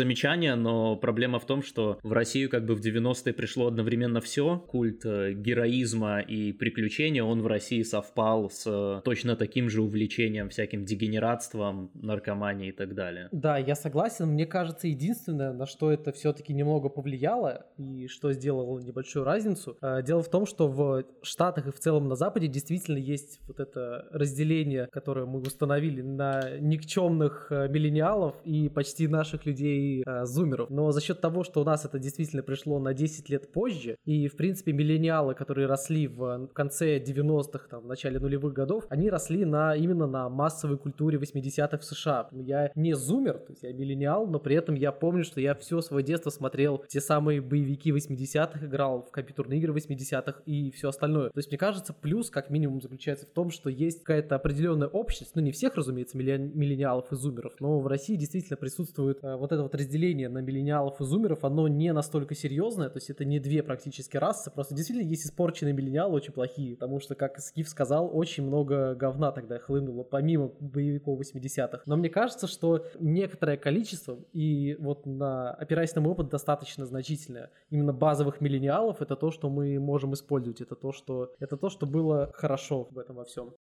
замечание, но проблема в том, что в Россию как бы в девяностые пришло одновременно все. Культ героизма и приключения, он в России совпал с точно таким же увлечением всяким дегенератством, наркоманией и так далее. Да, я согласен. Мне кажется, единственное, на что это все-таки немного повлияло и что сделало небольшую разницу, дело в том, что в Штатах и в целом на Западе действительно есть вот это разделение, которое мы установили на никчемных миллениалов и почти наших людей зумеров. Но за счет того, что у нас это действительно пришло на десять лет позже, и в принципе миллениалы, которые росли в конце девяностых, там, в начале нулевых годов, они росли на, именно на массовой культуре восьмидесятых в США. Я не зумер, то есть я миллениал, но при этом я помню, что я все свое детство смотрел те самые боевики восьмидесятых, играл в компьютерные игры восьмидесятых и все остальное. То есть мне кажется, плюс как минимум заключается в том, что есть какая-то определенная общность, ну не всех, разумеется, миллениалов и зумеров, но в России действительно присутствует а, вот это вот разделение на миллениалов и зумеров, оно не настолько серьезное, то есть это не две практически расы, просто действительно есть испорченные миллениалы очень плохие, потому что, как Скиф сказал, очень много говна тогда хлынуло, помимо боевиков восьмидесятых. Но мне кажется, что некоторое количество, и вот на, опираясь на мой опыт, достаточно значительное, именно базовых миллениалов, это то, что мы можем использовать, это то, что, это то, что было хорошо в этом во всем.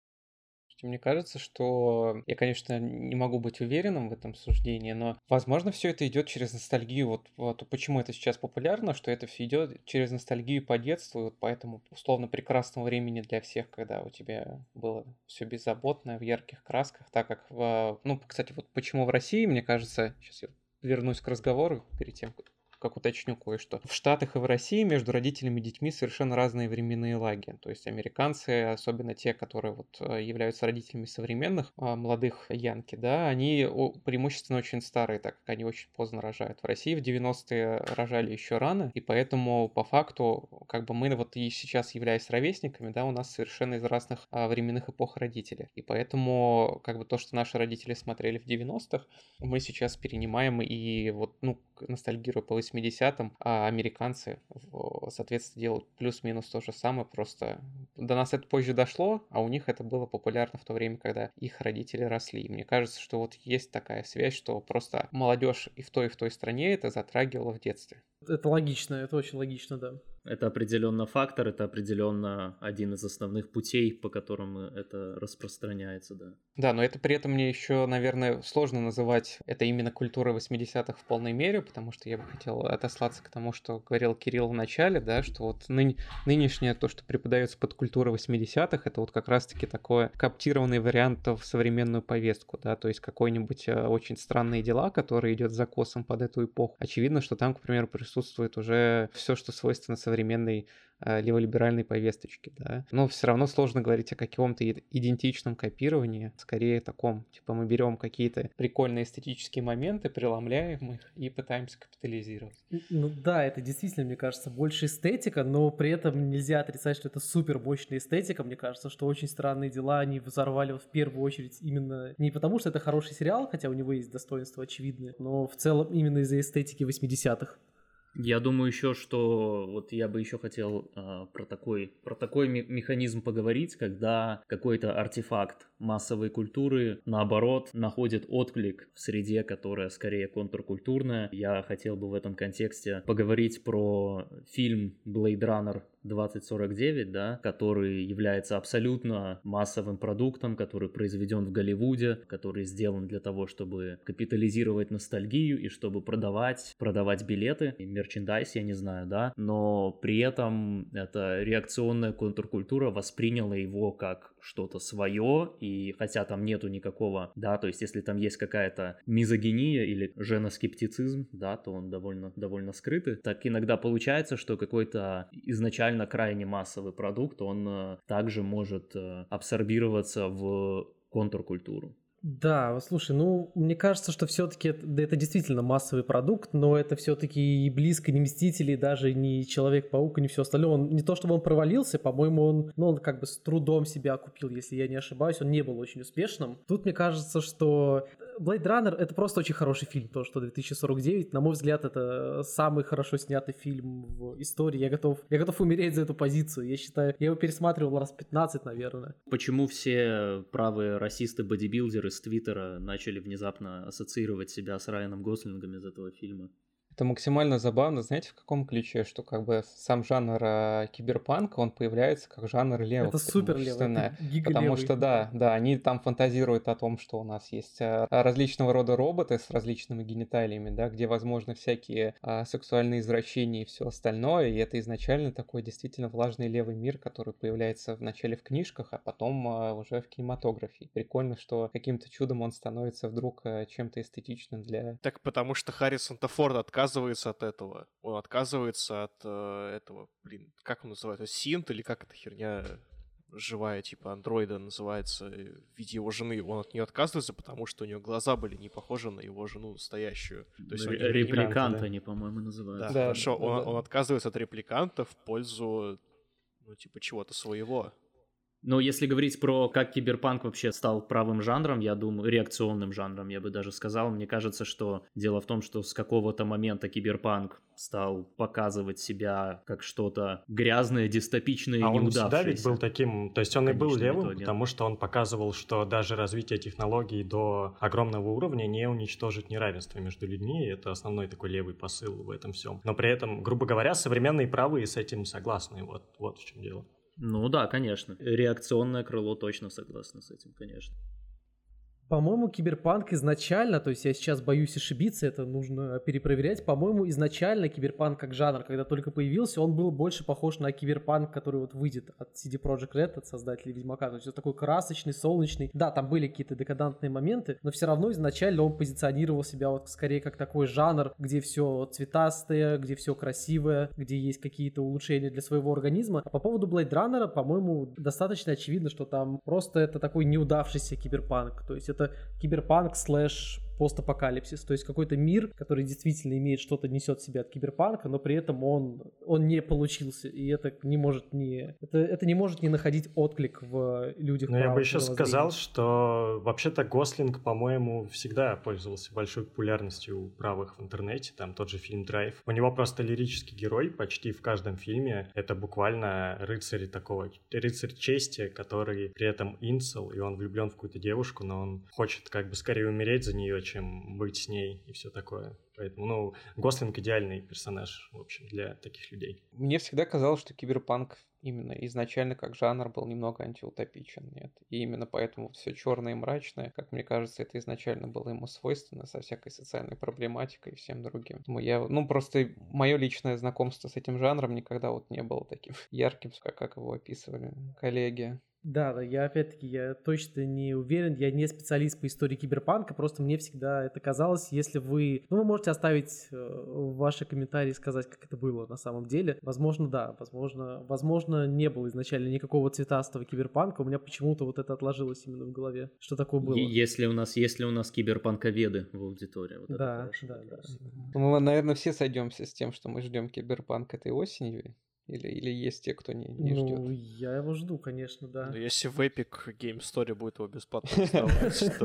Мне кажется, что я, конечно, не могу быть уверенным в этом суждении, но, возможно, все это идет через ностальгию. Вот, вот почему это сейчас популярно, что это все идет через ностальгию по детству, и вот поэтому условно прекрасного времени для всех, когда у тебя было все беззаботное в ярких красках, так как в... Ну, кстати, вот почему в России, мне кажется, сейчас я вернусь к разговору перед тем, как уточню кое-что. В Штатах и в России между родителями и детьми совершенно разные временные лаги. То есть американцы, особенно те, которые вот являются родителями современных молодых янки, да, они преимущественно очень старые, так как они очень поздно рожают. В России в девяностые рожали еще рано, и поэтому по факту, как бы мы вот и сейчас, являясь ровесниками, да, у нас совершенно из разных временных эпох родители. И поэтому, как бы то, что наши родители смотрели в девяностых, мы сейчас перенимаем и вот, ну, ностальгируя по восьмидесятым, а американцы, соответственно, делают плюс-минус то же самое, просто до нас это позже дошло, а у них это было популярно в то время, когда их родители росли. И мне кажется, что вот есть такая связь, что просто молодежь и в той, и в той стране это затрагивало в детстве. Это логично, это очень логично, да. Это определенно фактор, это определенно один из основных путей, по которым это распространяется, да. Да, но это при этом мне еще, наверное, сложно называть это именно культурой восьмидесятых в полной мере, потому что я бы хотел отослаться к тому, что говорил Кирилл в начале, да, что вот ны- нынешнее то, что преподается под культурой восьмидесятых, это вот как раз-таки такой коптированный вариант в современную повестку, да, то есть какой-нибудь очень странные дела, который идет закосом под эту эпоху. Очевидно, что там, к примеру, присутствует уже все, что свойственно современной современной э, леволиберальной повесточки, да. Но все равно сложно говорить о каком-то идентичном копировании, скорее таком, типа мы берем какие-то прикольные эстетические моменты, преломляем их и пытаемся капитализировать. Ну да, это действительно, мне кажется, больше эстетика, но при этом нельзя отрицать, что это супер мощная эстетика. Мне кажется, что «Очень странные дела» они взорвали в первую очередь именно не потому, что это хороший сериал, хотя у него есть достоинства очевидные, но в целом именно из-за эстетики восьмидесятых. Я думаю еще, что вот я бы еще хотел э, про такой, про такой ме- механизм поговорить, когда какой-то артефакт массовой культуры, наоборот, находит отклик в среде, которая скорее контркультурная. Я хотел бы в этом контексте поговорить про фильм Blade Runner двадцать сорок девять, да, который является абсолютно массовым продуктом, который произведен в Голливуде, который сделан для того, чтобы капитализировать ностальгию и чтобы продавать, продавать билеты, и мерчендайз, я не знаю, да, но при этом эта реакционная контркультура восприняла его как что-то свое, и хотя там нету никакого, да, то есть если там есть какая-то мизогиния или женоскептицизм, да, то он довольно, довольно скрытый, так иногда получается, что какой-то изначально крайне массовый продукт, он также может абсорбироваться в контркультуру. Да, слушай, ну, мне кажется, что все-таки это, да, это действительно массовый продукт, но это все-таки и близко не Мстители, даже не Человек-паук, и не все остальное. Он, не то чтобы он провалился, по-моему, он, ну, он как бы с трудом себя окупил, если я не ошибаюсь, он не был очень успешным. Тут мне кажется, что Blade Runner — это просто очень хороший фильм, то, что две тысячи сорок девять, на мой взгляд, это самый хорошо снятый фильм в истории. Я готов, я готов умереть за эту позицию. Я считаю, я его пересматривал раз пятнадцать, наверное. Почему все правые расисты-бодибилдеры блогеры с Твиттера начали внезапно ассоциировать себя с Райаном Гослингом из этого фильма. Это максимально забавно, знаете, в каком ключе, что как бы сам жанр э, киберпанка, он появляется как жанр левых. Это супер левый, это потому что да, да, они там фантазируют о том, что у нас есть э, различного рода роботы с различными гениталиями, да, где возможны всякие э, сексуальные извращения и все остальное, и это изначально такой действительно влажный левый мир, который появляется вначале в книжках, а потом э, уже в кинематографе. Прикольно, что каким-то чудом он становится вдруг э, чем-то эстетичным для... Так потому что Харрисон-то Форд отказывается отказывается от этого. Он отказывается от э, этого, блин, как он называется, синт или как эта херня живая, типа андроида называется, в виде его жены. Он от нее отказывается, потому что у нее глаза были не похожи на его жену настоящую. То есть Р- репликанты, да? Они, по-моему, называются. Да, да, хорошо. Да, он, да. он отказывается от репликантов в пользу, ну, типа, чего-то своего. Но если говорить про как киберпанк вообще стал правым жанром, я думаю, реакционным жанром, я бы даже сказал, мне кажется, что дело в том, что с какого-то момента киберпанк стал показывать себя как что-то грязное, дистопичное и а неудавшееся. А он всегда ведь был таким, то есть он и был левым, потому что он показывал, что даже развитие технологий до огромного уровня не уничтожит неравенство между людьми, и это основной такой левый посыл в этом всем. Но при этом, грубо говоря, современные правые с этим согласны, вот, вот в чем дело. Ну да, конечно. Реакционное крыло точно согласно с этим, конечно. По-моему, киберпанк изначально, то есть я сейчас боюсь ошибиться, это нужно перепроверять, по-моему, изначально киберпанк как жанр, когда только появился, он был больше похож на киберпанк, который вот выйдет от си ди Projekt Red, от создателей Ведьмака, то есть он такой красочный, солнечный. Да, там были какие-то декадантные моменты, но все равно изначально он позиционировал себя вот скорее как такой жанр, где все цветастое, где все красивое, где есть какие-то улучшения для своего организма. А по поводу Blade Runner, по-моему, достаточно очевидно, что там просто это такой неудавшийся киберпанк, то есть это это киберпанк слэш постапокалипсис, то есть какой-то мир, который действительно имеет что-то, несет в себя от киберпанка, но при этом он, он не получился, и это не может не, это, это не может не находить отклик в людях. Но я бы еще сказал, что вообще-то Гослинг, по-моему, всегда пользовался большой популярностью у правых в интернете, там тот же фильм «Драйв». У него просто лирический герой почти в каждом фильме, это буквально рыцарь такого, рыцарь чести, который при этом инцел, и он влюблен в какую-то девушку, но он хочет как бы скорее умереть за нее, чем быть с ней и все такое. Поэтому, ну, Гослинг идеальный персонаж, в общем, для таких людей. Мне всегда казалось, что киберпанк именно изначально как жанр был немного антиутопичен, нет. И именно поэтому все черное и мрачное, как мне кажется, это изначально было ему свойственно со всякой социальной проблематикой и всем другим. Поэтому я, ну, просто мое личное знакомство с этим жанром никогда вот не было таким ярким, как, как его описывали коллеги. Да, да, я опять-таки, я точно не уверен, я не специалист по истории киберпанка, просто мне всегда это казалось, если вы... Ну, вы можете оставить э, ваши комментарии и сказать, как это было на самом деле. Возможно, да, возможно, возможно, не было изначально никакого цветастого киберпанка, у меня почему-то вот это отложилось именно в голове, что такое было. Если у нас, если у нас киберпанковеды в аудитории. Вот да, да, да. Мы, наверное, все сойдемся с тем, что мы ждем киберпанк этой осенью. Или, или есть те, кто не, не ну, ждет? Ну, я его жду, конечно, да. Но если в Epic Game Story будет его бесплатно издавать,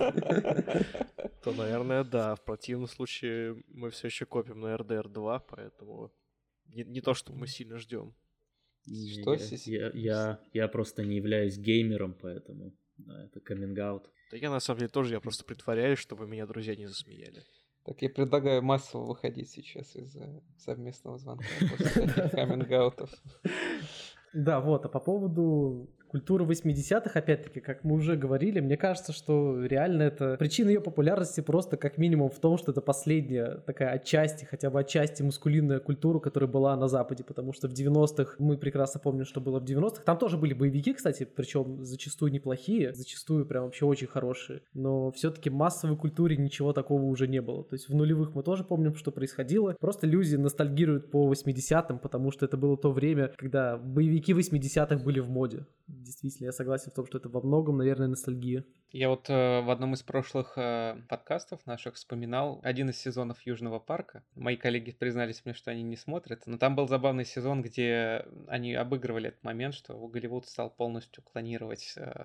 то, наверное, да. В противном случае мы все еще копим на эр ди ар два, поэтому не то, что мы сильно ждем. Что? Я просто не являюсь геймером, поэтому это каминг-аут. Да я, на самом деле, тоже, я просто притворяюсь, чтобы меня друзья не засмеяли. Так я предлагаю массово выходить сейчас из совместного звонка после таких каминг-аутов. Да, вот, а по поводу культуры восьмидесятых, опять-таки, как мы уже говорили, мне кажется, что реально это... Причина ее популярности просто как минимум в том, что это последняя такая отчасти, хотя бы отчасти мускулинная культура, которая была на Западе, потому что в девяностых, мы прекрасно помним, что было в девяностых, там тоже были боевики, кстати, причем зачастую неплохие, зачастую прям вообще очень хорошие, но все-таки в массовой культуре ничего такого уже не было, то есть в нулевых мы тоже помним, что происходило, просто люди ностальгируют по восьмидесятым, потому что это было то время, когда боевики восьмидесятых были в моде. Действительно, я согласен в том, что это во многом, наверное, ностальгия. Я вот э, в одном из прошлых э, подкастов наших вспоминал один из сезонов Южного парка. Мои коллеги признались мне, что они не смотрят, но там был забавный сезон, где они обыгрывали этот момент, что Голливуд стал полностью клонировать э,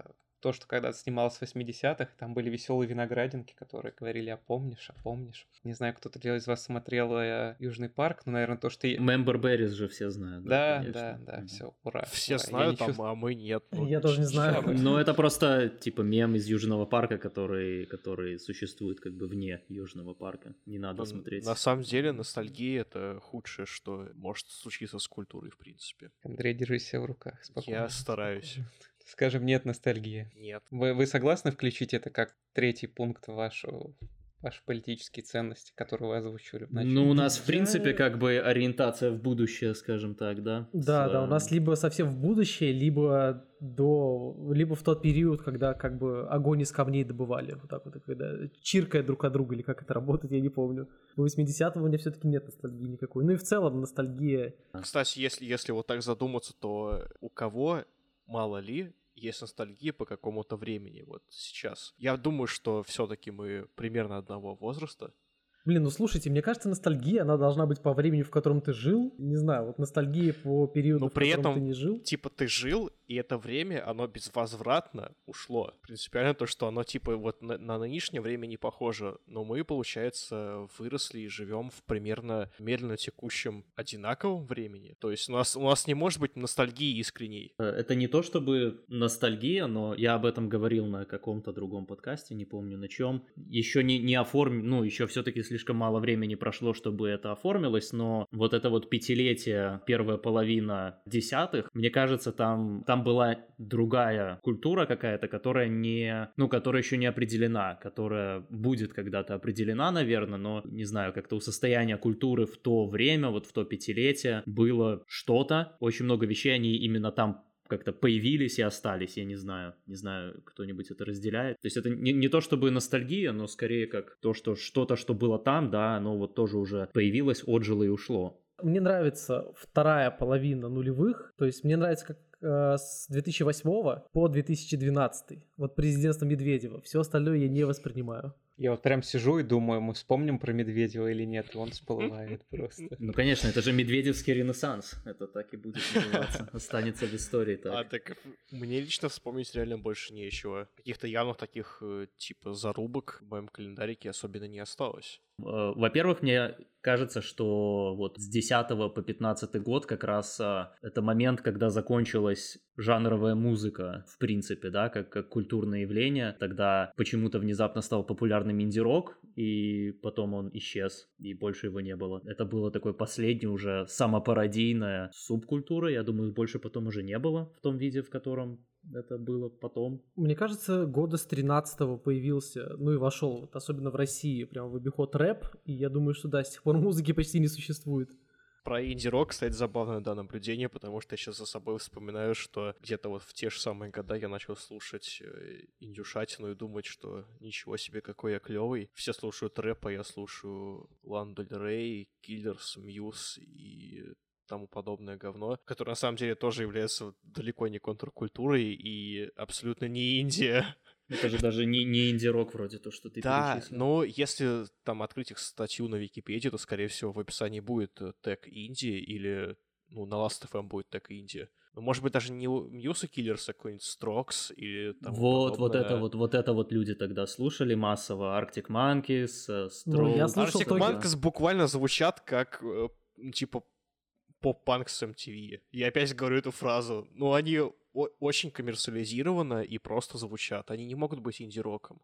то, что когда-то снималось в восьмидесятых, там были веселые виноградинки, которые говорили «а помнишь, а помнишь». Не знаю, кто-то из вас смотрел э, «Южный парк», но, наверное, то, что... Member Berries же все знают. Да, да, да, да, mm-hmm. все, ура. Все ура. знают, Я там, чувств... а мы нет. Ну, я тоже не знаю. Ну, это просто, типа, мем из Южного парка, который, который существует как бы вне Южного парка. Не надо Но, смотреть. На самом деле, ностальгия — это худшее, что может случиться с культурой, в принципе. Андрей, держи себя в руках. Спокойно. Я стараюсь. Спокойно. Скажем, нет ностальгии. Нет. Вы, вы согласны включить это как третий пункт вашу, ваши политические ценности, которые вы озвучивали в начале? Ну, у нас, в принципе, как бы ориентация в будущее, скажем так, да? Да, С, да, у нас либо совсем в будущее, либо до, либо в тот период, когда как бы огонь из камней добывали, вот так вот, когда чиркая друг от друга, или как это работает, я не помню. В восьмидесятом у меня все-таки нет ностальгии никакой. Ну и в целом ностальгия... Кстати, если, если вот так задуматься, то у кого... Мало ли, есть ностальгия по какому-то времени вот сейчас. Я думаю, что все-таки мы примерно одного возраста. Блин, ну слушайте, мне кажется, ностальгия, она должна быть по времени, в котором ты жил. Не знаю, вот ностальгия по периоду, Но в при котором этом, ты не жил. Типа, ты жил, и это время, оно безвозвратно ушло. Принципиально то, что оно, типа, вот на, на нынешнее время не похоже. Но мы, получается, выросли и живем в примерно медленно текущем одинаковом времени. То есть у нас, у нас не может быть ностальгии искренней. Это не то чтобы ностальгия, но я об этом говорил на каком-то другом подкасте, не помню на чем. Еще не, не оформлен, ну, еще все-таки слишком мало времени прошло, чтобы это оформилось, но вот это вот пятилетие, первая половина десятых, мне кажется, там, там была другая культура какая-то, которая не, ну, которая еще не определена, которая будет когда-то определена, наверное, но, не знаю, как-то у состояния культуры в то время, вот в то пятилетие было что-то, очень много вещей, они именно там как-то появились и остались, я не знаю, не знаю, кто-нибудь это разделяет. То есть это не, не то чтобы ностальгия, но скорее как то, что что-то, что было там, да, оно вот тоже уже появилось, отжило и ушло. Мне нравится вторая половина нулевых, то есть мне нравится как э, с две тысячи восьмого по две тысячи двенадцатый, вот президентство Медведева, все остальное я не воспринимаю. Я вот прям сижу и думаю, мы вспомним про Медведева или нет, и он всплывает просто. Ну, конечно, это же Медведевский ренессанс. Это так и будет называться. Останется в истории так. А так мне лично вспомнить реально больше нечего. Каких-то явных таких типа зарубок в моем календарике особенно не осталось. Во-первых, мне кажется, что вот с десятого по пятнадцатый год как раз а, это момент, когда закончилась жанровая музыка, в принципе, да, как, как культурное явление. Тогда почему-то внезапно стал популярным инди-рок, и потом он исчез, и больше его не было. Это было такой последний уже самопародийная субкультура, я думаю, больше потом уже не было в том виде, в котором это было потом. Мне кажется, года с тринадцатого появился, ну и вошел, вот, особенно в России, прям в обиход рэп, и я думаю, что да, с тех пор музыки почти не существует. Про инди-рок, кстати, забавное, да, наблюдение, потому что я сейчас за собой вспоминаю, что где-то вот в те же самые года я начал слушать индюшатину и думать, что ничего себе, какой я клевый. Все слушают рэп, а я слушаю Лану Дель Рей, Killers, Muse и тому подобное говно, которое на самом деле тоже является далеко не контркультурой и абсолютно не Индия. Это же даже не, не инди-рок вроде то, что ты да, перечислил. но если там открыть их статью на Википедии, то, скорее всего, в описании будет тег Инди или, ну, на Last эф эм будет тег Инди. Ну, может быть, даже не Muse Killers, а какой-нибудь Strokes или там Вот, подобное. вот это вот, вот это вот люди тогда слушали массово. Arctic Monkeys, Strokes. Ну, я слушал Arctic только... Monkeys буквально звучат как, типа, поп-панк с эм ти ви. Я опять говорю эту фразу. Ну, они о- очень коммерциализированно и просто звучат. Они не могут быть инди-роком.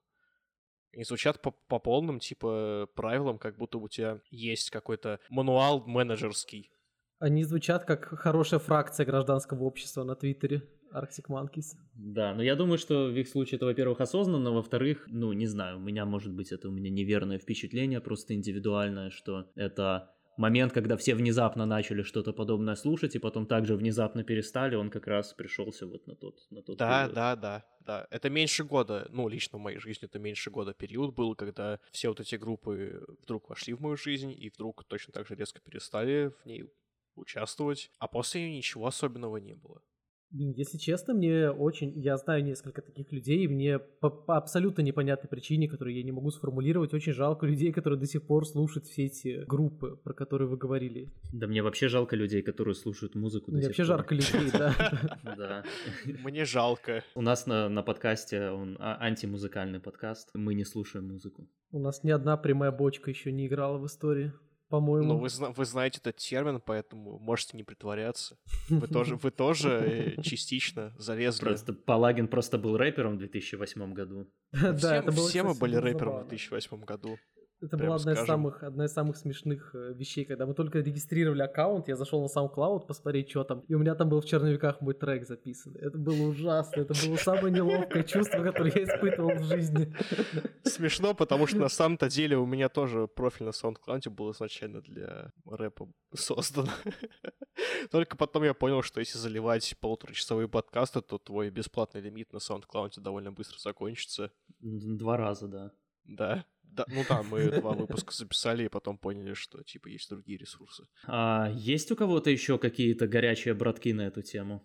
Они звучат по, по полным, типа, правилам, как будто у тебя есть какой-то мануал менеджерский. Они звучат как хорошая фракция гражданского общества на Твиттере. Arctic Monkeys. Да, но я думаю, что в их случае это, во-первых, осознанно, во-вторых, ну, не знаю, у меня, может быть, это у меня неверное впечатление, просто индивидуальное, что это момент, когда все внезапно начали что-то подобное слушать, и потом также внезапно перестали, он как раз пришелся вот на тот, на тот Да, период. да, да, да. Это меньше года, ну, лично в моей жизни это меньше года период был, когда все вот эти группы вдруг вошли в мою жизнь, и вдруг точно так же резко перестали в ней участвовать, а после ничего особенного не было. Если честно, мне очень... Я знаю несколько таких людей, и мне по, по абсолютно непонятной причине, которую я не могу сформулировать, очень жалко людей, которые до сих пор слушают все эти группы, про которые вы говорили. Да мне вообще жалко людей, которые слушают музыку до Мне сих вообще пор. жарко людей, да. Да. Мне жалко. У нас на, на подкасте, он а- антимузыкальный подкаст, мы не слушаем музыку. У нас ни одна прямая бочка еще не играла в истории, по-моему. Ну, вы, зна- вы знаете этот термин, поэтому можете не притворяться. Вы тоже, вы тоже э, частично залезли. Просто Палагин просто был рэпером в две тысячи восьмом году. Да, все это было, все мы кстати, были было рэпером в забавно. две тысячи восьмом году. Это прям была одна из, скажем. самых, одна из самых смешных э, вещей, когда мы только регистрировали аккаунт, я зашел на SoundCloud посмотреть, что там, и у меня там был в черновиках мой трек записан. Это было ужасно, это было самое неловкое чувство, которое я испытывал в жизни. Смешно, потому что на самом-то деле у меня тоже профиль на SoundCloud был изначально для рэпа создан. Только потом я понял, что если заливать полуторачасовые подкасты, то твой бесплатный лимит на SoundCloud довольно быстро закончится. Два раза, да. Да. Да, ну да, мы два выпуска записали и потом поняли, что типа есть другие ресурсы. А есть у кого-то еще какие-то горячие братки на эту тему?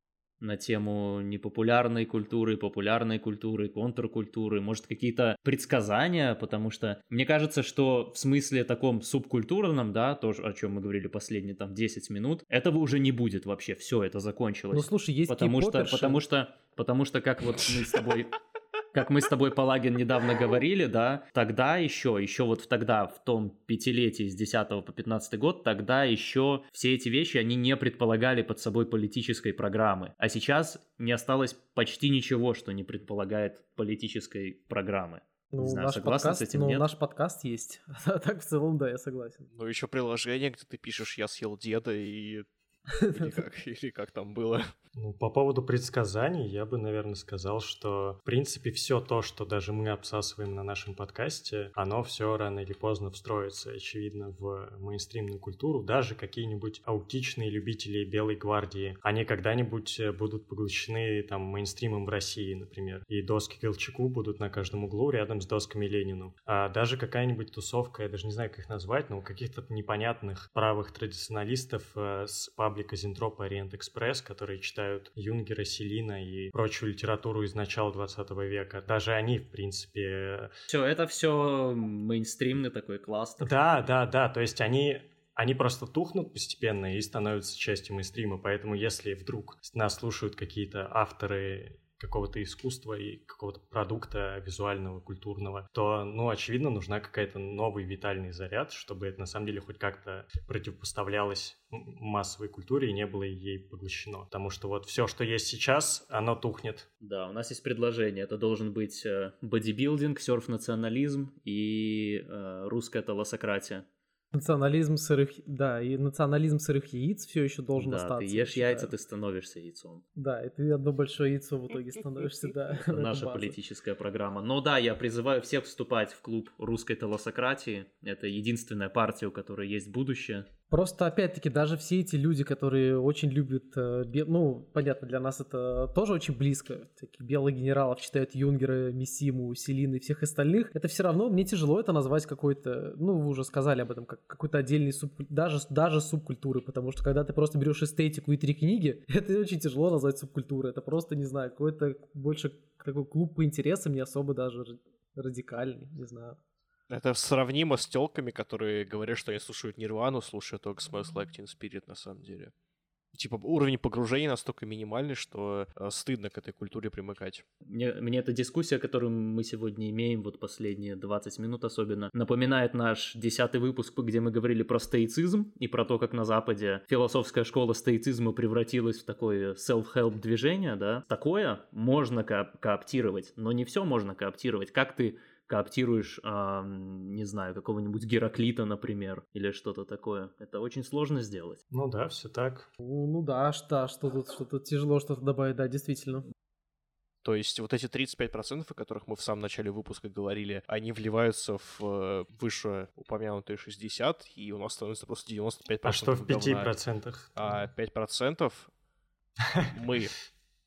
На тему непопулярной культуры, популярной культуры, контркультуры, может, какие-то предсказания, потому что мне кажется, что в смысле таком субкультурном, да, тоже, о чем мы говорили последние там десять минут, этого уже не будет вообще, все, это закончилось. Ну, слушай, есть потому что, кей-поперши. потому что, потому что, как вот мы с тобой... Как мы с тобой, Палагин, недавно говорили, да, тогда еще, еще вот тогда, в том пятилетии с десятого по пятнадцатый год, тогда еще все эти вещи, они не предполагали под собой политической программы. А сейчас не осталось почти ничего, что не предполагает политической программы. Ну, Не знаю, наш согласен подкаст, с этим, ну, нет? наш подкаст есть. А так в целом, да, я согласен. Ну, еще приложение, где ты пишешь «я съел деда» и... Или как, или как там было. Ну, по поводу предсказаний я бы, наверное, сказал, что, в принципе, все то, что даже мы обсасываем на нашем подкасте, оно все рано или поздно встроится, очевидно, в мейнстримную культуру. Даже какие-нибудь аутичные любители Белой гвардии, они когда-нибудь будут поглощены там мейнстримом в России, например. И доски Колчаку будут на каждом углу рядом с досками Ленину. А даже какая-нибудь тусовка, я даже не знаю, как их назвать, но у каких-то непонятных правых традиционалистов э, с паблика Зентропа Ориент Экспресс, которые читают Юнгера, Селина и прочую литературу из начала двадцатого века. Даже они, в принципе... Все, это все мейнстримный такой кластер. Да, да, да, то есть они... Они просто тухнут постепенно и становятся частью мейнстрима, поэтому если вдруг нас слушают какие-то авторы какого-то искусства и какого-то продукта визуального, культурного, то, ну, очевидно, нужна какая-то новый витальный заряд, чтобы это на самом деле хоть как-то противопоставлялось массовой культуре и не было ей поглощено. Потому что вот все, что есть сейчас, оно тухнет. Да, у нас есть предложение. Это должен быть э, бодибилдинг, серф-национализм и э, русская толосократия. Национализм сырых, да, и национализм сырых яиц все еще должен да, остаться. ты ешь я яйца, считаю. ты становишься яйцом. Да, и ты одно большое яйцо в итоге становишься, да. Это наша политическая программа. Но да, я призываю всех вступать в клуб русской толосократии. Это единственная партия, у которой есть будущее. Просто, опять-таки, даже все эти люди, которые очень любят, э, бе- ну, понятно, для нас это тоже очень близко, таких белых генералов читают Юнгера, Мисиму, Селины и всех остальных, это все равно, мне тяжело это назвать какой-то, ну, вы уже сказали об этом, как какой-то отдельный субкультуры, даже, даже субкультуры, потому что когда ты просто берешь эстетику и три книги, это очень тяжело назвать субкультурой, это просто, не знаю, какой-то больше такой клуб по интересам, не особо даже радикальный, не знаю. Это сравнимо с тёлками, которые говорят, что они слушают Нирвану, слушают только Smells Like Teen Spirit на самом деле. Типа уровень погружения настолько минимальный, что э, стыдно к этой культуре примыкать. Мне, мне эта дискуссия, которую мы сегодня имеем, вот последние двадцать минут особенно, напоминает наш десятый выпуск, где мы говорили про стоицизм и про то, как на Западе философская школа стоицизма превратилась в такое self-help движение, да. Такое можно кооп- кооптировать, но не все можно кооптировать. Как ты кооптируешь, э, не знаю, какого-нибудь Гераклита, например, или что-то такое. Это очень сложно сделать. Ну да, все так. Ну, ну да, что, что тут, что тут тяжело что-то добавить, да, действительно. То есть вот эти тридцать пять процентов, о которых мы в самом начале выпуска говорили, они вливаются в э, выше упомянутые шестьдесят, и у нас становится просто девяносто пять процентов А что в пяти говна. процентах? А пять процентов мы...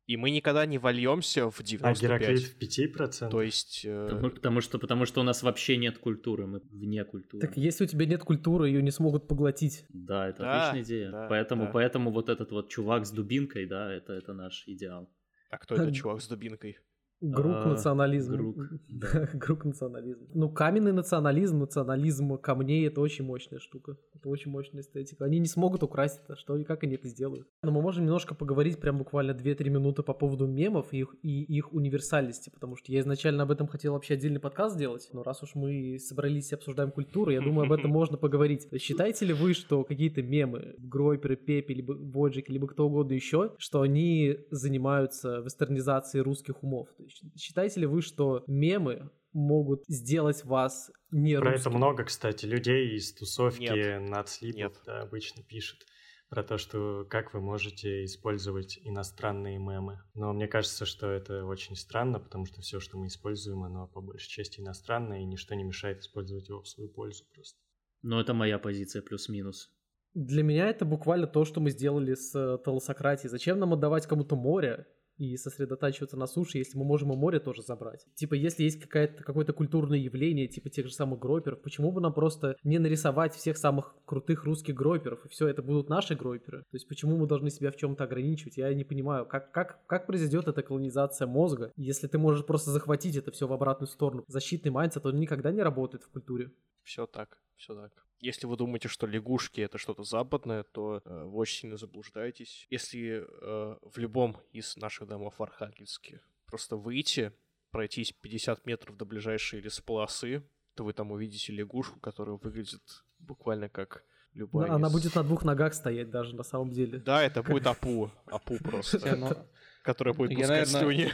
И мы никогда не вольемся в девяносто пять. А Гераклит в пяти процентах? То есть... Э... Потому, потому, что, потому что у нас вообще нет культуры, мы вне культуры. Так если у тебя нет культуры, ее не смогут поглотить. Да, это да, отличная идея. Да, поэтому, да. поэтому вот этот вот чувак с дубинкой, да, это, это наш идеал. А кто этот чувак с дубинкой? Грук А, национализм. Грук, да. Грук национализм. Ну, каменный национализм, национализм камней — это очень мощная штука. Это очень мощная эстетика. Они не смогут украсть это, что и как они это сделают. Но мы можем немножко поговорить прям буквально две-три минуты по поводу мемов и их, и их универсальности, потому что я изначально об этом хотел вообще отдельный подкаст сделать, но раз уж мы собрались и обсуждаем культуру, я думаю, об этом можно поговорить. Считаете ли вы, что какие-то мемы, Гройперы, Пепе, либо Воджики, либо кто угодно еще, что они занимаются вестернизацией русских умов? То есть считаете ли вы, что мемы могут сделать вас не Про русским? это много, кстати, людей из тусовки Нет. нацлипов да, обычно пишут. Про то, что как вы можете использовать иностранные мемы. Но мне кажется, что это очень странно, потому что все, что мы используем, оно по большей части иностранное, и ничто не мешает использовать его в свою пользу просто. Но это моя позиция плюс-минус. Для меня это буквально то, что мы сделали с Таласократией. Зачем нам отдавать кому-то море и сосредотачиваться на суше, если мы можем и море тоже забрать? Типа, если есть какая-то, какое-то культурное явление, типа тех же самых гройперов, почему бы нам просто не нарисовать всех самых крутых русских гройперов, и все, это будут наши гройперы? То есть почему мы должны себя в чем-то ограничивать? Я не понимаю, как, как, как произойдет эта колонизация мозга, если ты можешь просто захватить это все в обратную сторону? Защитный майндсет, он никогда не работает в культуре. Все так, все так. Если вы думаете, что лягушки — это что-то западное, то э, вы очень сильно заблуждаетесь. Если э, в любом из наших домов в Архангельске просто выйти, пройтись пятьдесят метров до ближайшей лесополосы, то вы там увидите лягушку, которая выглядит буквально как любая Она из... будет на двух ногах стоять даже, на самом деле. Да, это будет Апу. Апу просто. Которая будет пускать слюни.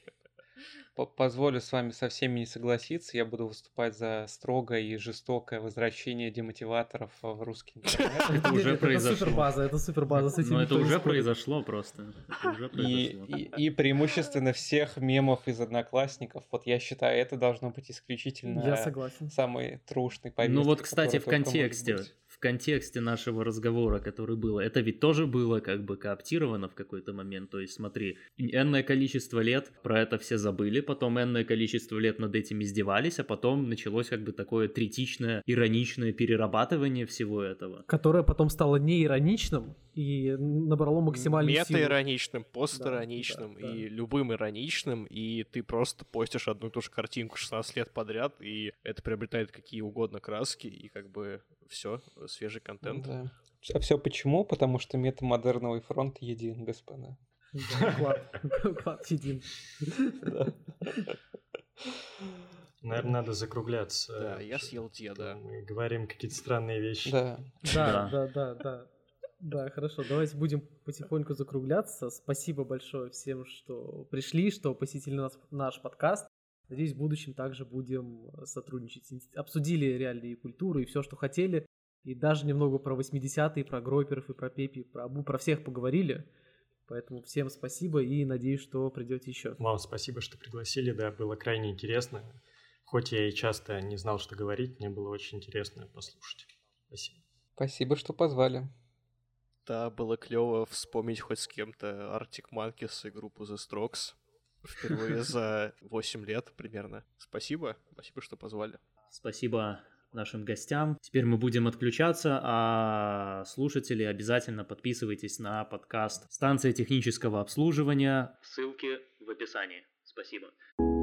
Позволю с вами со всеми не согласиться. Я буду выступать за строгое и жестокое возвращение демотиваторов в русский интернет. Это уже Это произошло. супербаза, это супербаза. с этим Но это никто не уже спорит. произошло просто. Это уже И, произошло. и, и преимущественно всех мемов из Одноклассников. Вот я считаю, это должно быть исключительно Я согласен. самый трушный повестки. Ну вот, кстати, который в только может контексте, быть. в контексте нашего разговора, который было, это ведь тоже было как бы кооптировано в какой-то момент. То есть смотри, энное количество лет про это все забыли, потом энное количество лет над этим издевались, а потом началось как бы такое третичное, ироничное перерабатывание всего этого. Которое потом стало неироничным и набрало максимальную силу. Мета-ироничным, пост-ироничным Да, да, и любым ироничным, и ты просто постишь одну и ту же картинку шестнадцать лет подряд, и это приобретает какие угодно краски, и как бы все, свежий контент. Да. А все почему? Потому что метамодерновый фронт един, господа. Да, клад, клад един. Наверное, надо закругляться. Да, я съел деда. Мы говорим какие-то странные вещи. Да. Да, да, да, да. Да, хорошо, давайте будем потихоньку закругляться. Спасибо большое всем, что пришли, что посетили нас, наш подкаст. Надеюсь, в будущем также будем сотрудничать. Обсудили реальные культуры и все, что хотели. И даже немного про восьмидесятые, про гройперов и про Пепи, про Абу, про всех поговорили. Поэтому всем спасибо и надеюсь, что придете еще. Вам спасибо, что пригласили, да, было крайне интересно. Хоть я и часто не знал, что говорить, мне было очень интересно послушать. Спасибо. Спасибо, что позвали. Да, было клево вспомнить хоть с кем-то Arctic Monkeys и группу The Strokes. Впервые за восемь лет примерно. Спасибо, спасибо, что позвали. Спасибо нашим гостям. Теперь мы будем отключаться, а слушатели обязательно подписывайтесь на подкаст «Станция технического обслуживания». Ссылки в описании. Спасибо.